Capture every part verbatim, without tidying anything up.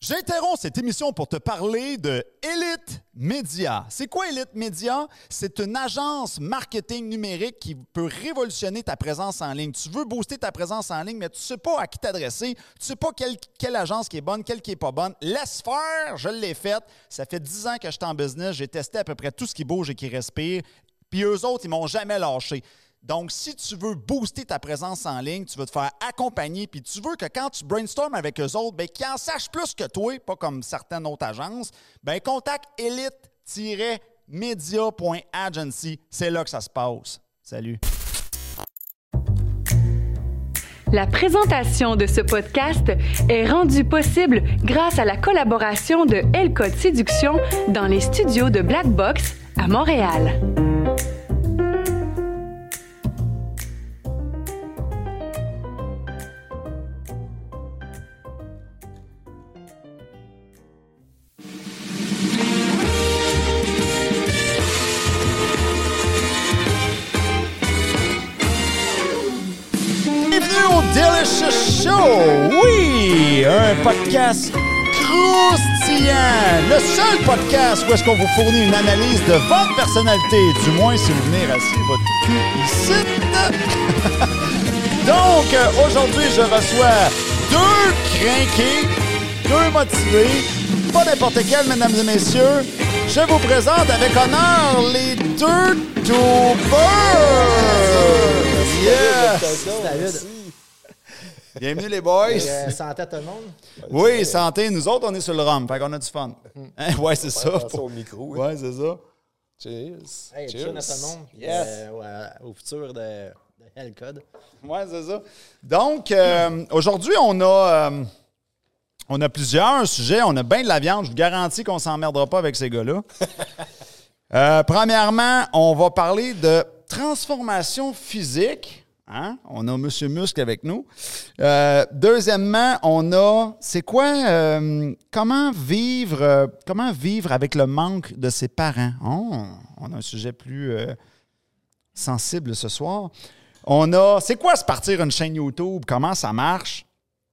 J'interromps cette émission pour te parler de Elite Media. C'est quoi Elite Media? C'est une agence marketing numérique qui peut révolutionner ta présence en ligne. Tu veux booster ta présence en ligne, mais tu ne sais pas à qui t'adresser. Tu ne sais pas quelle, quelle agence qui est bonne, quelle qui n'est pas bonne. Laisse faire, je l'ai faite. Ça fait dix ans que je suis en business. J'ai testé à peu près tout ce qui bouge et qui respire. Puis eux autres, ils ne m'ont jamais lâché. Donc, si tu veux booster ta présence en ligne, tu veux te faire accompagner, puis tu veux que quand tu brainstormes avec eux autres, bien, qu'ils en sachent plus que toi, pas comme certaines autres agences, bien, contacte elite media point agency. C'est là que ça se passe. Salut. La présentation de ce podcast est rendue possible grâce à la collaboration de L-Code Séduction dans les studios de Black Box à Montréal. Delicious Show! Oui! Un podcast croustillant! Le seul podcast où est-ce qu'on vous fournit une analyse de votre personnalité, du moins si vous venez assis votre cul ici. Donc, aujourd'hui, je reçois deux crinqués, deux motivés, pas n'importe quel, mesdames et messieurs. Je vous présente avec honneur les deux tubers! Yes! David. Bienvenue les boys! Euh, santé à tout le monde? Oui, santé. Nous autres, on est sur le rhum. Fait qu'on a du fun. Hein? Ouais, c'est ça. Pour... au micro. Oui. Ouais, c'est ça. Cheers. Hey, Cheers. Cheers à tout le monde. Yes. Euh, ouais, au futur de, de L-Code. Ouais, c'est ça. Donc, euh, aujourd'hui, on a, euh, on a plusieurs sujets. On a bien de la viande. Je vous garantis qu'on ne s'emmerdera pas avec ces gars-là. euh, premièrement, on va parler de transformation physique. Hein? On a M. Muscle avec nous. Euh, deuxièmement, on a, c'est quoi, euh, comment vivre, euh, comment vivre avec le manque de ses parents? Oh, on a un sujet plus euh, sensible ce soir. On a, c'est quoi se partir une chaîne YouTube? Comment ça marche?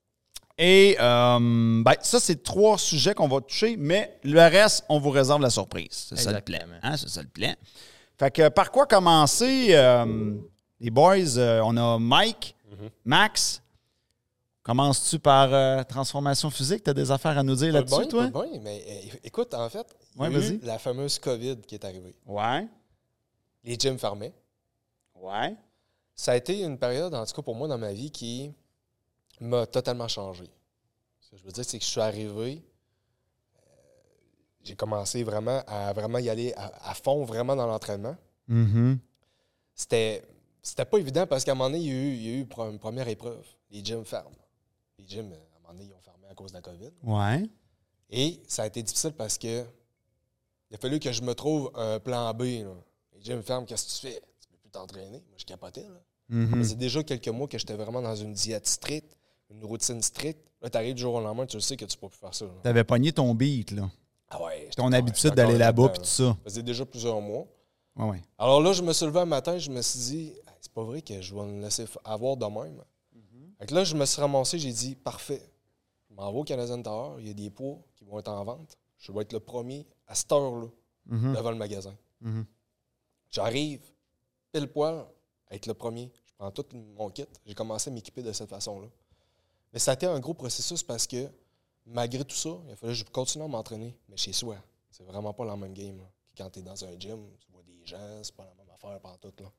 Et euh, ben, ça, c'est trois sujets qu'on va toucher, mais le reste, on vous réserve la surprise. C'est ça le plan. Hein? C'est ça le plan. Fait que par quoi commencer? Euh, Les boys, euh, on a Mike, mm-hmm. Max. Commences-tu par euh, transformation physique? Tu as des affaires à nous dire là-dessus, bien, toi? Pas bien, mais euh, écoute, en fait, il ouais, y a vas-y. eu la fameuse COVID qui est arrivée. Ouais. Les gyms fermaient. Ouais. Ça a été une période, en tout cas pour moi, dans ma vie qui m'a totalement changé. Ce que je veux dire, c'est que je suis arrivé, euh, j'ai commencé vraiment à vraiment y aller à, à fond, vraiment dans l'entraînement. Mm-hmm. C'était... C'était pas évident parce qu'à un moment donné, il y a eu, il y a eu une première épreuve. Les gyms ferment. Les gyms, à un moment donné, ils ont fermé à cause de la COVID. Ouais. Et ça a été difficile parce que il a fallu que je me trouve un plan B. Là. Les gyms ferment, qu'est-ce que tu fais? Tu peux plus t'entraîner. Moi, je capotais. Là. Mm-hmm. Ça faisait déjà quelques mois que j'étais vraiment dans une diète stricte, une routine stricte. Là, tu arrives du jour au lendemain, tu le sais que tu ne peux plus faire ça. Tu avais pogné ton beat, là. Ah ouais. Ton habitude d'aller là-bas et tout ça. Ça faisait déjà plusieurs mois. Ouais, ouais. Alors là, je me suis levé un matin, je me suis dit, c'est pas vrai que je vais me laisser avoir de même. Mm-hmm. Fait que là, je me suis ramassé, j'ai dit, parfait. Je m'en vais au Canadian Tower, il y a des poids qui vont être en vente. Je vais être le premier à cette heure-là, mm-hmm. devant le magasin. Mm-hmm. J'arrive, pile poil, à être le premier. Je prends tout mon kit. J'ai commencé à m'équiper de cette façon-là. Mais ça a été un gros processus parce que, malgré tout ça, il fallait que je continue à m'entraîner, mais chez soi. C'est vraiment pas la même game. Là. Quand tu es dans un gym, tu vois des gens, c'est pas la même affaire partout. Là.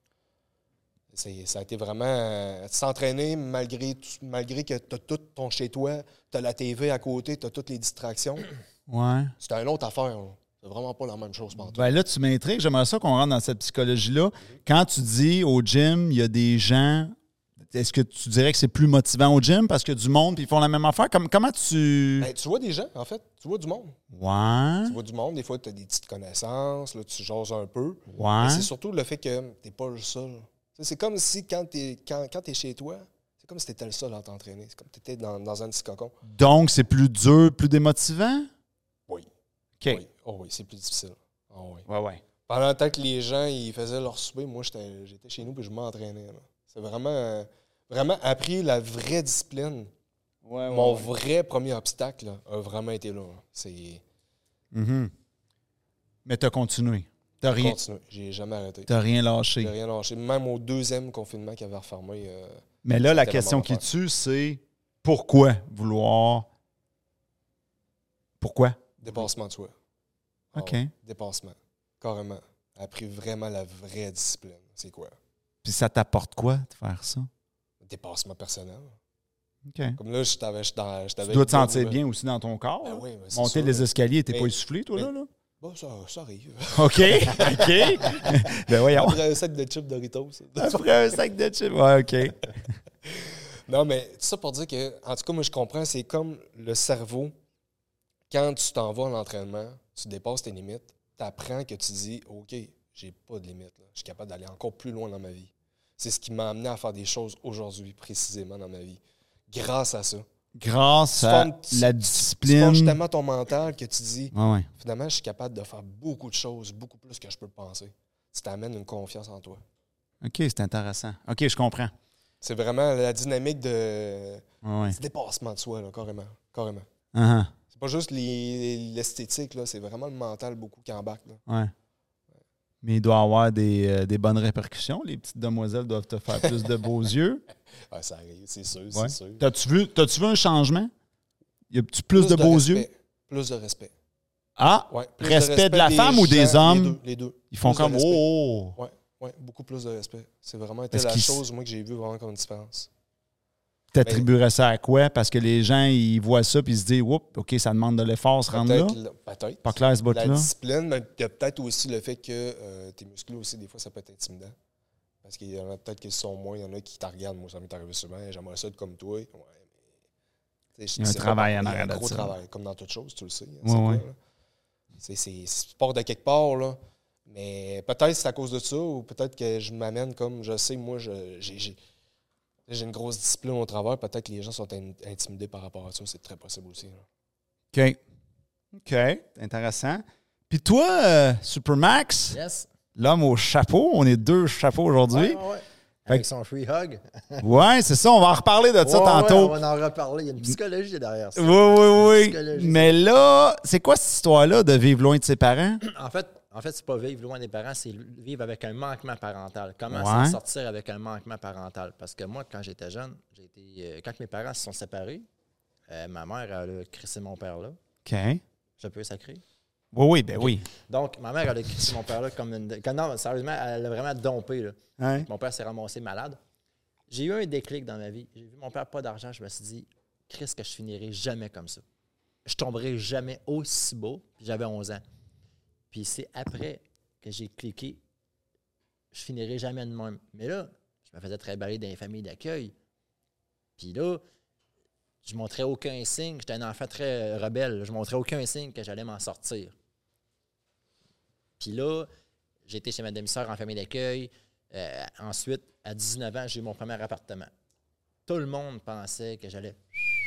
C'est, ça a été vraiment euh, s'entraîner malgré, tout, malgré que tu as tout ton chez-toi, tu as la T V à côté, tu as toutes les distractions. Ouais. C'est une autre affaire. Là. C'est vraiment pas la même chose partout. Ben là, tu m'intrigues. J'aimerais ça qu'on rentre dans cette psychologie-là. Mm-hmm. Quand tu dis au gym, il y a des gens... Est-ce que tu dirais que c'est plus motivant au gym parce que du monde puis ils font la même affaire? Comme, comment tu... Ben, tu vois des gens, en fait. Tu vois du monde. Ouais. Tu vois du monde. Des fois, tu as des petites connaissances. Là, tu jases un peu. Ouais. Mais c'est surtout le fait que tu n'es pas le seul. C'est comme si quand tu es quand, quand t'es chez toi, c'est comme si tu étais le seul à t'entraîner. C'est comme si tu étais dans, dans un petit cocon. Donc, c'est plus dur, plus démotivant? Oui. OK. Oui, oh, oui c'est plus difficile. Oh, oui. Ouais, ouais. Pendant le temps que les gens ils faisaient leur souper, moi, j'étais, j'étais chez nous et je m'entraînais. Là. C'est vraiment, euh, vraiment appris la vraie discipline. Ouais, ouais, mon ouais. vrai premier obstacle là, a vraiment été là. là. C'est Mm-hmm. Mais t'as continué. T'as rien, continuer. J'ai jamais arrêté. t'as rien lâché. J'ai rien lâché. Même au deuxième confinement qui avait refermé. Euh, Mais là, la c'était question la qui même affaire. tue, c'est pourquoi vouloir... Pourquoi? Dépassement de soi. Ah OK. ouais, dépassement. Carrément. Appris vraiment la vraie discipline. C'est quoi? Puis ça t'apporte quoi de faire ça? Dépassement personnel. OK. Comme là, je t'avais. je t'avais- je Tu t'avais dois te dit, sentir ben, bien aussi dans ton corps. Ben là. oui, mais c'est Monter sûr, les là. escaliers, t'es Mais- pas essoufflé, toi, mais- là? là? Bon, ça, ça arrive. OK, OK. Ben voyons. Après un sac de chips Doritos. Après un sac de chips. Ouais, OK. Non, mais tout ça pour dire que, en tout cas, moi, je comprends, c'est comme le cerveau, quand tu t'en vas à l'entraînement, tu dépasses tes limites, tu apprends que tu dis, OK, j'ai pas de limite. Là. Je suis capable d'aller encore plus loin dans ma vie. C'est ce qui m'a amené à faire des choses aujourd'hui, précisément dans ma vie. Grâce à ça. Grâce Tu à formes- tu- la Tu discipline. forges tellement ton mental que tu dis, Ouais, ouais. finalement, je suis capable de faire beaucoup de choses, beaucoup plus que je peux le penser. Ça t'amène une confiance en toi. OK, c'est intéressant. OK, je comprends. C'est vraiment la dynamique de Ouais, ouais. du dépassement de soi, là, carrément. carrément. Uh-huh. C'est pas juste les- l'esthétique, là, c'est vraiment le mental beaucoup qui embarque. Là. Ouais. Mais il doit y avoir des, euh, des bonnes répercussions. Les petites demoiselles doivent te faire plus de beaux yeux. Ouais, ça arrive, c'est sûr, Ouais. c'est sûr. T'as-tu vu, t'as-tu vu un changement? Y a-tu plus, de, beaux respect, yeux? Plus de respect. Ah! Ouais, plus Respect de la femme ou des gens, hommes? Les deux. Les deux. Ils font Plus de comme respect. oh! Ouais, ouais, beaucoup plus de respect. C'est vraiment été Est-ce la qu'ils- chose, moi, que j'ai vu vraiment comme une différence. T'attribuerais ça à quoi? Parce que les gens, ils voient ça puis ils se disent, oups, OK, ça demande de l'effort, se rendre là. Peut-être. là- Peut-être. Pas clair ce La bout-là. discipline, mais il y a peut-être aussi le fait que euh, tes muscles aussi, des fois, ça peut être intimidant. Parce qu'il y en a peut-être qui sont moins, il y en a qui te regardent. Moi, ça m'est arrivé souvent. J'aimerais ça être comme toi. Ouais, mais, Il y a un travail en arrière Il y a de un gros ça. travail, comme dans toute chose, tu le sais. hein, Ouais, c'est quoi, ouais. là. C'est, c'est, c'est part de quelque part, là. Mais peut-être c'est à cause de ça, ou peut-être que je m'amène comme, je sais, moi, je, j'ai, j'ai, j'ai une grosse discipline au travail. Peut-être que les gens sont in- intimidés par rapport à ça. C'est très possible aussi. Là. OK. OK. Intéressant. Puis toi, euh, Supermax, Yes. l'homme au chapeau, on est deux chapeaux aujourd'hui. Ouais, ouais, ouais. Avec son free hug. Ouais, c'est ça. On va en reparler de ça Ouais, tantôt. ouais, on va en reparler. Il y a une psychologie derrière ça. Oui, oui, oui. Psychologie. Mais là, c'est quoi cette histoire-là de vivre loin de ses parents? En fait, en fait, c'est pas vivre loin des parents, c'est vivre avec un manquement parental. Comment Ouais. c'est sortir avec un manquement parental? Parce que moi, quand j'étais jeune, j'ai été, euh, quand mes parents se sont séparés, euh, ma mère elle a crissé mon père là. OK. Je peux sacrer? Oui, oui, ben oui. Donc, ma mère, elle a crissé mon père là comme une. Comme, non, sérieusement, elle a vraiment dompé. Là. Hein? Mon père s'est ramassé malade. J'ai eu un déclic dans ma vie. J'ai vu mon père pas d'argent. Je me suis dit, Christ, que je finirai jamais comme ça. Je tomberai jamais aussi bas. Puis j'avais onze ans. Puis c'est après que j'ai cliqué, je finirai jamais de même. Mais là, je me faisais travailler dans les familles d'accueil. Puis là, je montrais aucun signe. J'étais un enfant très rebelle. Je montrais aucun signe que j'allais m'en sortir. Puis là, j'ai été chez ma demi-sœur en famille d'accueil. Euh, ensuite, à dix-neuf ans, j'ai eu mon premier appartement. Tout le monde pensait que j'allais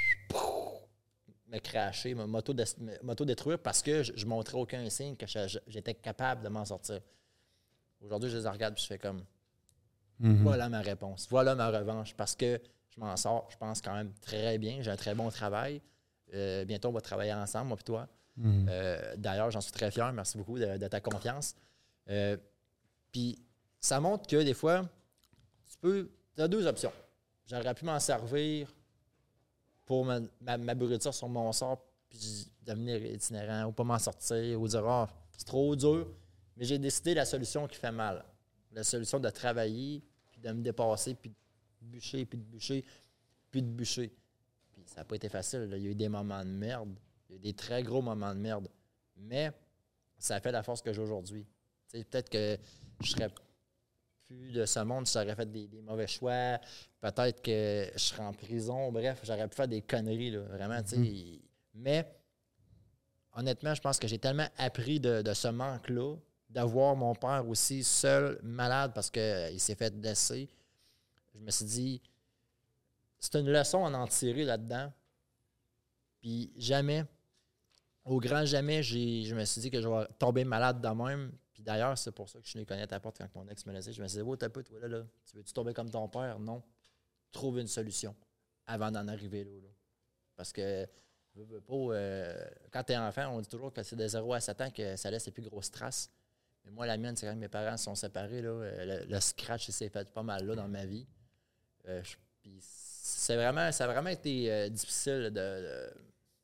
me cracher, me m'auto-détruire parce que je, je montrais aucun signe que je- j'étais capable de m'en sortir. Aujourd'hui, je les regarde et je fais comme Mhm. voilà ma réponse, voilà ma revanche parce que je m'en sors, je pense quand même très bien, j'ai un très bon travail. Euh, bientôt, on va travailler ensemble, moi et toi. Mhm. Euh, D'ailleurs, j'en suis très fier. Merci beaucoup de, de ta confiance. Euh, Puis, ça montre que des fois, tu peux. Tu as deux options. J'aurais pu m'en servir pour me- m'a- m'abrutir sur mon sort puis devenir itinérant ou pas m'en sortir ou dire ah, c'est trop dur. Mais j'ai décidé la solution qui fait mal. La solution de travailler, puis de me dépasser, puis de bûcher, puis de bûcher, puis de bûcher. Puis ça n'a pas été facile. Là. Il y a eu des moments de merde. Il y a eu des très gros moments de merde. Mais ça a fait la force que j'ai aujourd'hui. Tu sais, peut-être que je serais plus de ce monde, j'aurais fait des, des mauvais choix. Peut-être que je serais en prison. Bref, j'aurais pu faire des conneries, là, vraiment. tu sais. Mais honnêtement, je pense que j'ai tellement appris de, de ce manque-là, de voir mon père aussi seul, malade parce qu'il s'est fait laisser. Je me suis dit, c'est une leçon à en tirer là-dedans. Puis jamais, au grand jamais, j'ai, je me suis dit que je vais tomber malade de même. Puis d'ailleurs, c'est pour ça que je suis venu cogner à ta porte quand mon ex me laissait. Je me suis dit, oh, t'as peu, toi, là, là, tu veux-tu tomber comme ton père? Non. Trouve une solution avant d'en arriver là. là. Parce que veux, veux pas, euh, quand tu es enfant, on dit toujours que c'est de zéro à sept ans que ça laisse les plus grosses traces. Mais moi, la mienne, c'est quand mes parents se sont séparés. Là, le, le scratch, il s'est fait pas mal là dans ma vie. Euh, je, puis c'est vraiment, ça a vraiment été euh, difficile. De, de,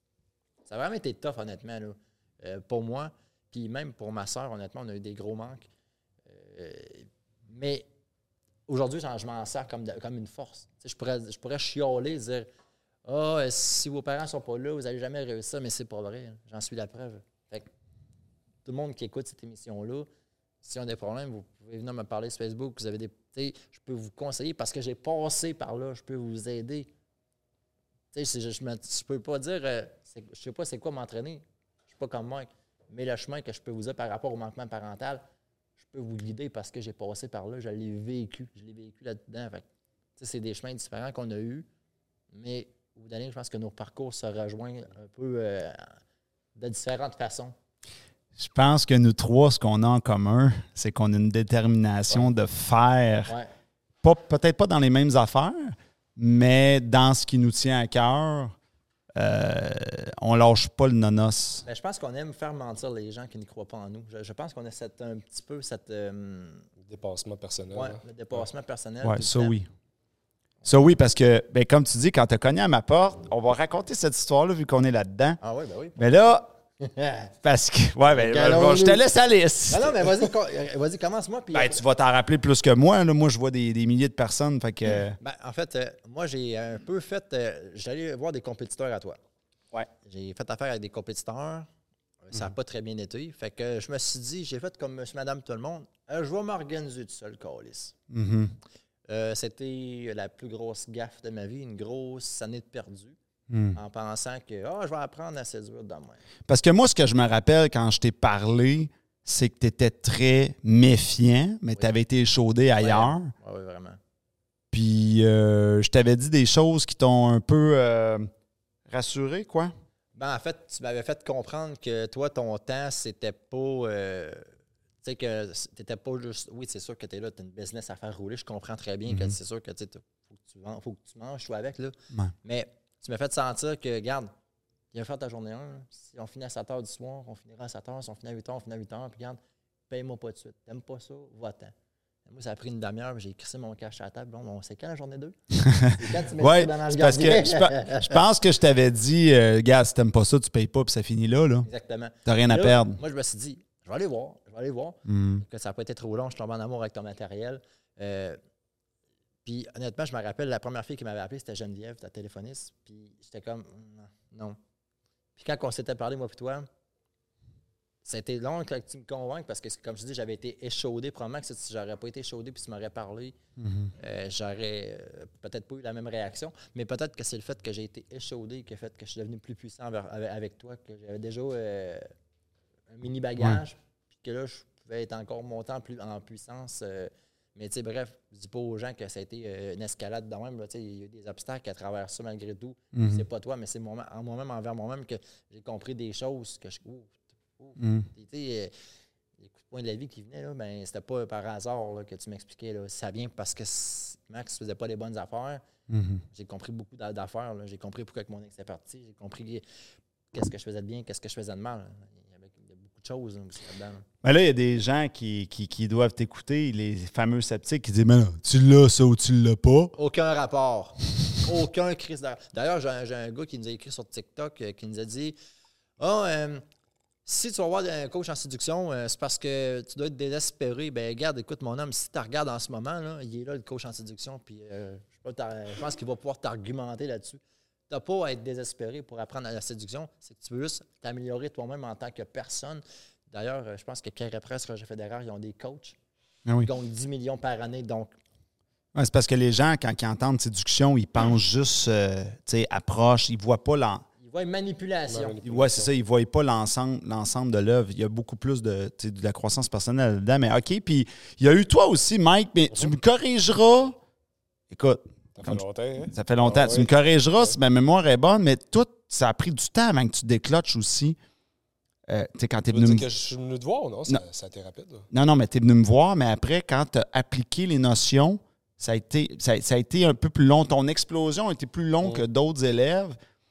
ça a vraiment été tough, honnêtement, là, euh, pour moi. Puis même pour ma soeur, honnêtement, on a eu des gros manques. Euh, mais aujourd'hui, je m'en sers comme, de, comme une force. Je pourrais, je pourrais chialer et dire « Ah, oh, si vos parents ne sont pas là, vous n'allez jamais réussir. » Mais c'est pas vrai. J'en suis la preuve. Fait que tout le monde qui écoute cette émission-là, s'ils ont des problèmes, vous pouvez venir me parler sur Facebook. Vous avez des, je peux vous conseiller parce que j'ai passé par là. Je peux vous aider. Je ne peux pas dire euh, je ne sais pas c'est quoi m'entraîner. Je ne suis pas comme Mike. Mais le chemin que je peux vous dire par rapport au manquement parental, je peux vous guider parce que j'ai passé par là, je l'ai vécu, je l'ai vécu là-dedans. Fait, c'est des chemins différents qu'on a eus, mais au bout de la ligne, je pense que nos parcours se rejoignent un peu euh, de différentes façons. Je pense que nous trois, ce qu'on a en commun, c'est qu'on a une détermination ouais. de faire, ouais. pas, peut-être pas dans les mêmes affaires, mais dans ce qui nous tient à cœur. Euh, on lâche pas le nonos. Ben, je pense qu'on aime faire mentir les gens qui ne croient pas en nous. Je, je pense qu'on a cette, un petit peu cette... Euh, dépassement personnel. Oui, le dépassement ouais. personnel. Oui, ça oui. Ça oui, parce que, ben, comme tu dis, quand tu as cogné à ma porte, on va raconter cette histoire-là vu qu'on est là-dedans. Ah oui, ben oui. Mais là, parce que... Ouais, ben, ben bon, je te laisse à liste. Ben non, mais vas-y, vas-y commence-moi. Puis ben, tu vas t'en rappeler plus que moi. Là. Moi, je vois des, des milliers de personnes. Fait que... ben, en fait, euh, moi, j'ai un peu fait... Euh, j'allais voir des compétiteurs à toi. Ouais. J'ai fait affaire avec des compétiteurs. Ça n'a mm-hmm. pas très bien été. Fait que je me suis dit, j'ai fait comme monsieur, madame, tout le monde. Euh, je vais m'organiser tout seul, câlisse. Mm-hmm. Euh, c'était la plus grosse gaffe de ma vie, une grosse année de perdu. Mm. En pensant que oh, je vais apprendre à séduire demain. Parce que moi, ce que je me rappelle quand je t'ai parlé, c'est que tu étais très méfiant, mais oui. tu avais été échaudé ailleurs. Oui, ouais, vraiment. Puis euh, je t'avais dit des choses qui t'ont un peu euh, rassuré, quoi? Ben, en fait, tu m'avais fait comprendre que toi, ton temps, c'était pas... Euh, tu sais, que t'étais pas juste... Oui, c'est sûr que t'es là, t'as une business à faire rouler. Je comprends très bien mm-hmm. que c'est sûr que tu faut que tu vends, faut que tu manges, je suis avec, là. Ouais. Mais tu m'as fait sentir que, regarde, viens faire ta journée un. Si on finit à sept heures du soir, on finira à sept heures. Si on finit à huit heures, on finit à huit heures. Puis, regarde, paye-moi pas de suite. T'aimes pas ça? Va-t'en. Moi, ça a pris une demi-heure, j'ai crissé mon cash à la table. Bon, bon, c'est quand la journée deux? C'est quand tu mets ouais, dans le parce que je, je pense que je t'avais dit, euh, gars, si t'aimes pas ça, tu payes pas, puis ça finit là. là. Exactement. T'as rien là, à perdre. Moi, je me suis dit, je vais aller voir, je vais aller voir. Mm. Que ça n'a pas été trop long, je tombe en amour avec ton matériel. Euh, puis, honnêtement, je me rappelle, la première fille qui m'avait appelé, c'était Geneviève, ta téléphoniste. Puis, j'étais comme, non. Puis, quand on s'était parlé, moi et toi, ça a été long que tu me convainques parce que, comme je dis, j'avais été échaudé. Probablement que si j'aurais pas été échaudé puis tu m'aurais parlé, mm-hmm. euh, j'aurais euh, peut-être pas eu la même réaction. Mais peut-être que c'est le fait que j'ai été échaudé qui a fait que je suis devenu plus puissant avec, avec toi, que j'avais déjà euh, un mini bagage, ouais. Puis que là, je pouvais être encore monté en, plus, en puissance. Euh, mais tu sais, bref, je dis pas aux gens que ça a été euh, une escalade de même. Il y a eu des obstacles à travers ça malgré tout. Mm-hmm. C'est pas toi, mais c'est moi, en moi-même, envers moi-même, que j'ai compris des choses que je. Oh, Mm. Tu sais, les coups de poing de la vie qui venaient, là, ben, c'était pas par hasard là, que tu m'expliquais. Là. Ça vient parce que Max faisait pas les bonnes affaires. Mm-hmm. J'ai compris beaucoup d'affaires. Là. J'ai compris pourquoi mon ex est parti. J'ai compris qu'est-ce que je faisais de bien, qu'est-ce que je faisais de mal. Il y avait, il y a beaucoup de choses là, là-dedans. Là. Mais là, il y a des gens qui, qui, qui doivent t'écouter, les fameux sceptiques, qui disent « Mais non, tu l'as ça ou tu l'as pas? » Aucun rapport. Aucun crise d'ailleurs. D'ailleurs, j'ai un, j'ai un gars qui nous a écrit sur TikTok euh, qui nous a dit « Ah, oh, euh, si tu vas voir un coach en séduction, euh, c'est parce que tu dois être désespéré. Ben regarde, écoute, mon homme, si tu regardes en ce moment, là, il est là, le coach en séduction, puis euh, je, je pense qu'il va pouvoir t'argumenter là-dessus. Tu n'as pas à être désespéré pour apprendre à la séduction. C'est que tu veux juste t'améliorer toi-même en tant que personne. D'ailleurs, je pense que Carré Presse, Roger Federer, ils ont des coachs ah oui. qui gagnent dix millions par année. Donc, ouais, c'est parce que les gens, quand ils entendent séduction, ils pensent juste, euh, tu sais, approche, ils ne voient pas l'en... Ils voient une manipulation. Oui, c'est ça. Ils ne voient pas l'ensemble, l'ensemble de l'œuvre. Il y a beaucoup plus de, de la croissance personnelle là-dedans. Mais OK, puis il y a eu toi aussi, Mike, mais tu me corrigeras. Écoute. Ça fait longtemps. Hein? Ça fait longtemps. Ah, tu oui. me corrigeras si ma mémoire est bonne, mais tout, ça a pris du temps avant que tu déclenches aussi. Euh, tu sais, quand tu es venu. Me... que je suis venu te voir ou non? Ça, non. Ça a été rapide. Là. Non, non, mais tu es venu me voir, mais après, quand tu as appliqué les notions, ça a été, ça, ça a été un peu plus long. Ton explosion a été plus longue mmh. que d'autres élèves.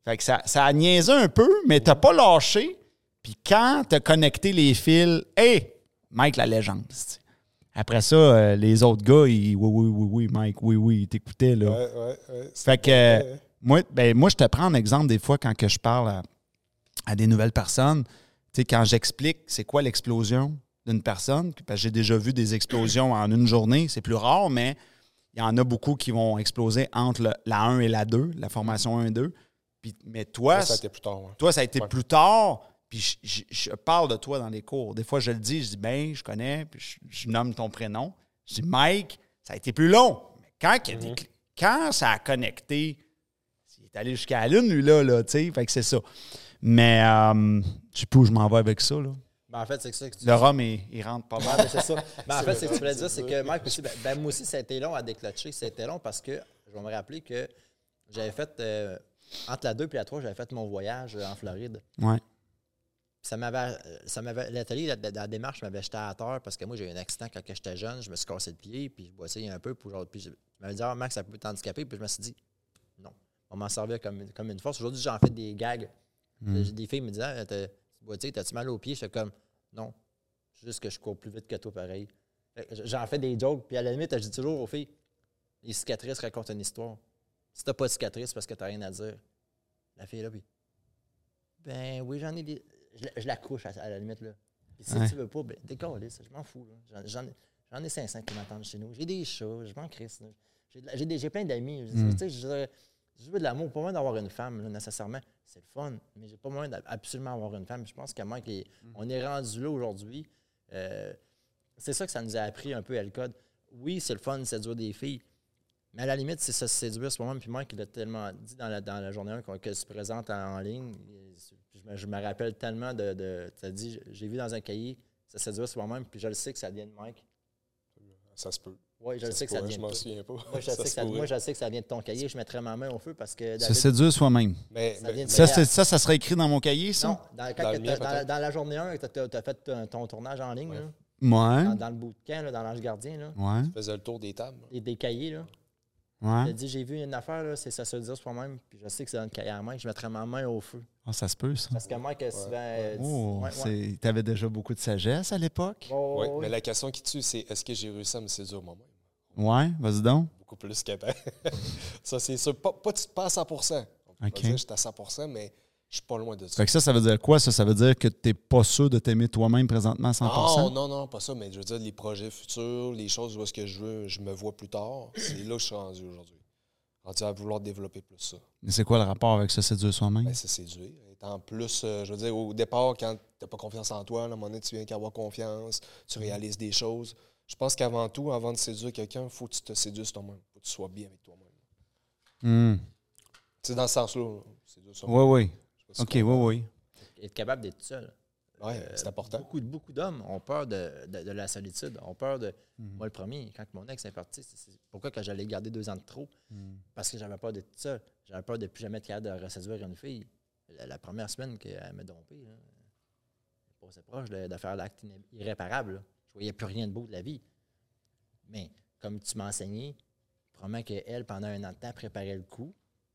Fait que ça, ça a niaisé un peu, mais t'as pas lâché. Puis quand t'as connecté les fils, hey, Mike la légende. C'est-tu. Après ça, euh, les autres gars, ils, oui, oui, oui, oui, Mike, oui, oui, ils t'écoutaient, là. Ouais, ouais, ouais. Fait que euh, moi, ben, moi, je te prends un exemple des fois quand que je parle à, à des nouvelles personnes. Tu sais, quand j'explique c'est quoi l'explosion d'une personne, parce que j'ai déjà vu des explosions en une journée, c'est plus rare, mais il y en a beaucoup qui vont exploser entre le- la un et la deux, la formation un et deux. Puis, mais toi, Ça a été plus tard. Ouais. toi, ça a été Ouais. plus tard. Puis je, je- je parle de toi dans les cours. Des fois, je le dis, je dis, ben, je connais, puis je, je nomme ton prénom. Je dis, Mike, ça a été plus long. Mais quand, il y a des cl- quand ça a connecté, il est allé jusqu'à la Lune, lui-là, là, tu sais, fait que c'est ça. Mais euh, je sais pas où je m'en vais avec ça, là. Ben, en fait, c'est ça que tu Le rhum, il, il rentre pas Ah, mal. ben, c'est ça. Ben, en C'est fait, ce que vrai, tu voulais c'est dire, c'est vrai. que Mike aussi, ben, ben, moi aussi, ça a été long à déclencher. Ça a été long parce que je vais me rappeler que j'avais fait, euh, entre la deux et la trois, j'avais fait mon voyage en Floride. Ouais. Puis ça m'avait, ça m'avait, l'atelier, la, la- la démarche m'avait jeté à terre parce que moi, j'ai eu un accident quand j'étais jeune. Je me suis cassé le pied, puis je bossais un peu. Pour, genre, puis je, je m'avais dit, ah, Max, ça peut t'handicaper. Puis je me suis dit, non, on m'en servir comme, une- comme une force. Aujourd'hui, j'en fais des gags. J'ai des filles me disant, ah, t'as- boitier, t'as-tu mal au pied? Je fais comme, non, c'est juste que je cours plus vite que toi, pareil. Fait que J'en fais des jokes, puis à la limite, je dis toujours aux filles, les cicatrices racontent une histoire. Si t'as pas de cicatrices, c'est parce que t'as rien à dire. La fille est là, puis, ben oui, j'en ai des. Je, la- je la couche à, à la limite, là. Puis si Ouais. tu veux pas, ben t'es caliste, je m'en fous, là. J'en, j'en ai- j'en ai cinq cents qui m'attendent chez nous. J'ai des chats, je m'en crisse, là. J'ai, de la- j'ai, des- j'ai plein d'amis. Je- Mm. Tu sais, je, dirais, je veux de l'amour, pas besoin d'avoir une femme, là, nécessairement. C'est le fun, mais j'ai pas besoin d'absolument avoir une femme. Je pense que Mike, est- on est rendu là aujourd'hui. Euh, c'est ça que ça nous a appris un peu à L-Code. Oui, c'est le fun de séduire des filles, mais à la limite, c'est ça, se séduire soi-même. Puis Mike, il l'a tellement dit dans la, dans la journée un qu'on- que se présente en, en ligne. Et Je me, je me rappelle tellement de. de tu as dit, j'ai vu dans un cahier, se séduire soi-même, puis je le sais que ça vient de Mike. Ça se peut. Oui, je le Ça sais se que ça pourrait, vient je de m'en toi. souviens pas. Moi, je sais Ça que se ça, pourrait. moi, je sais que ça vient de ton cahier. Je mettrais ma main au feu parce que. Se David- séduire soi-même. Mais, Ça mais- vient de- Ça, c'est- ça, ça serait écrit dans mon cahier, ça? non, dans, quand Dans que le mien, t'as- dans, peut-être. dans la journée un, tu as fait ton, ton tournage en ligne, Ouais. là, Ouais. dans, dans le bootcamp, là, dans l'Ange Gardien, là, Ouais. je faisais le tour des tables. des, des cahiers. Là. Ouais. Il a dit, j'ai vu une affaire, là, c'est ça se dire soi-même, puis je sais que c'est dans le cahier à Mike, je mettrais ma main au feu. Ah, ça se peut, ça. Parce que Mike a souvent. euh, dit- Oh, ouais, ouais. c'est- t'avais déjà beaucoup de sagesse à l'époque? Oh, Oui, oui. mais la question qui tue, c'est est-ce que j'ai réussi à me séduire moi-même? Ouais, vas-y donc. Beaucoup plus qu'avant. Ça, c'est sûr. Pas, pas, pas à cent pour cent. On peut OK. pas dire que j'étais à cent pour cent, mais je suis pas loin de ça. Fait que ça, ça veut dire quoi, ça? Ça veut dire que t'es pas sûr de t'aimer toi-même présentement à cent pour cent? Non, non, non, pas ça, mais je veux dire, les projets futurs, les choses où est-ce que je veux, je me vois plus tard, c'est là que je suis rendu aujourd'hui. Rendu à vouloir développer plus ça. Mais c'est quoi le rapport avec se séduire soi-même? Ben, c'est séduire. Étant plus, euh, je veux dire, au départ, quand tu n'as pas confiance en toi, à un moment donné, tu viens qu'à avoir confiance, tu réalises des choses. Je pense qu'avant tout, avant de séduire quelqu'un, il faut que tu te séduises toi-même. Il faut que tu sois bien avec toi-même. Hmm. C'est dans ce sens-là. là. Séduire Oui, oui. Je sais pas si OK, tu oui, comprends. oui. Être capable d'être seul. Oui, Euh, c'est important. Beaucoup, beaucoup d'hommes ont peur de, de- de la solitude, ont peur de. Moi, le premier, quand mon ex est parti, c'est c'est pourquoi que j'allais garder deux ans de trop? Parce que j'avais peur d'être seul. J'avais peur de plus jamais être capable de reséduire une fille. La, la première semaine qu'elle m'a dompé, là, elle passait proche de, de faire l'acte irré- irréparable. Là. Je voyais plus rien de beau de la vie. Mais comme tu m'as enseigné, probablement qu'elle, pendant un an de temps, préparait le coup.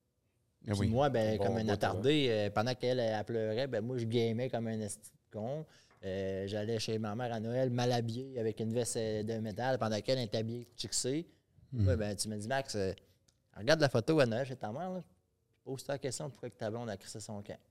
Ah Puis oui. moi, ben, Bon comme un bout, attardé, euh, pendant qu'elle elle pleurait, ben, moi, je gamais comme un esti de con. Euh, J'allais chez ma mère à Noël, mal habillé, avec une veste euh, de métal, pendant qu'elle était habillée, chicksée. Ouais, ben, tu me dis, Max, euh, regarde la photo à Noël chez ta mère, là. Pose-toi la question pourquoi que ta blonde a crissé son camp.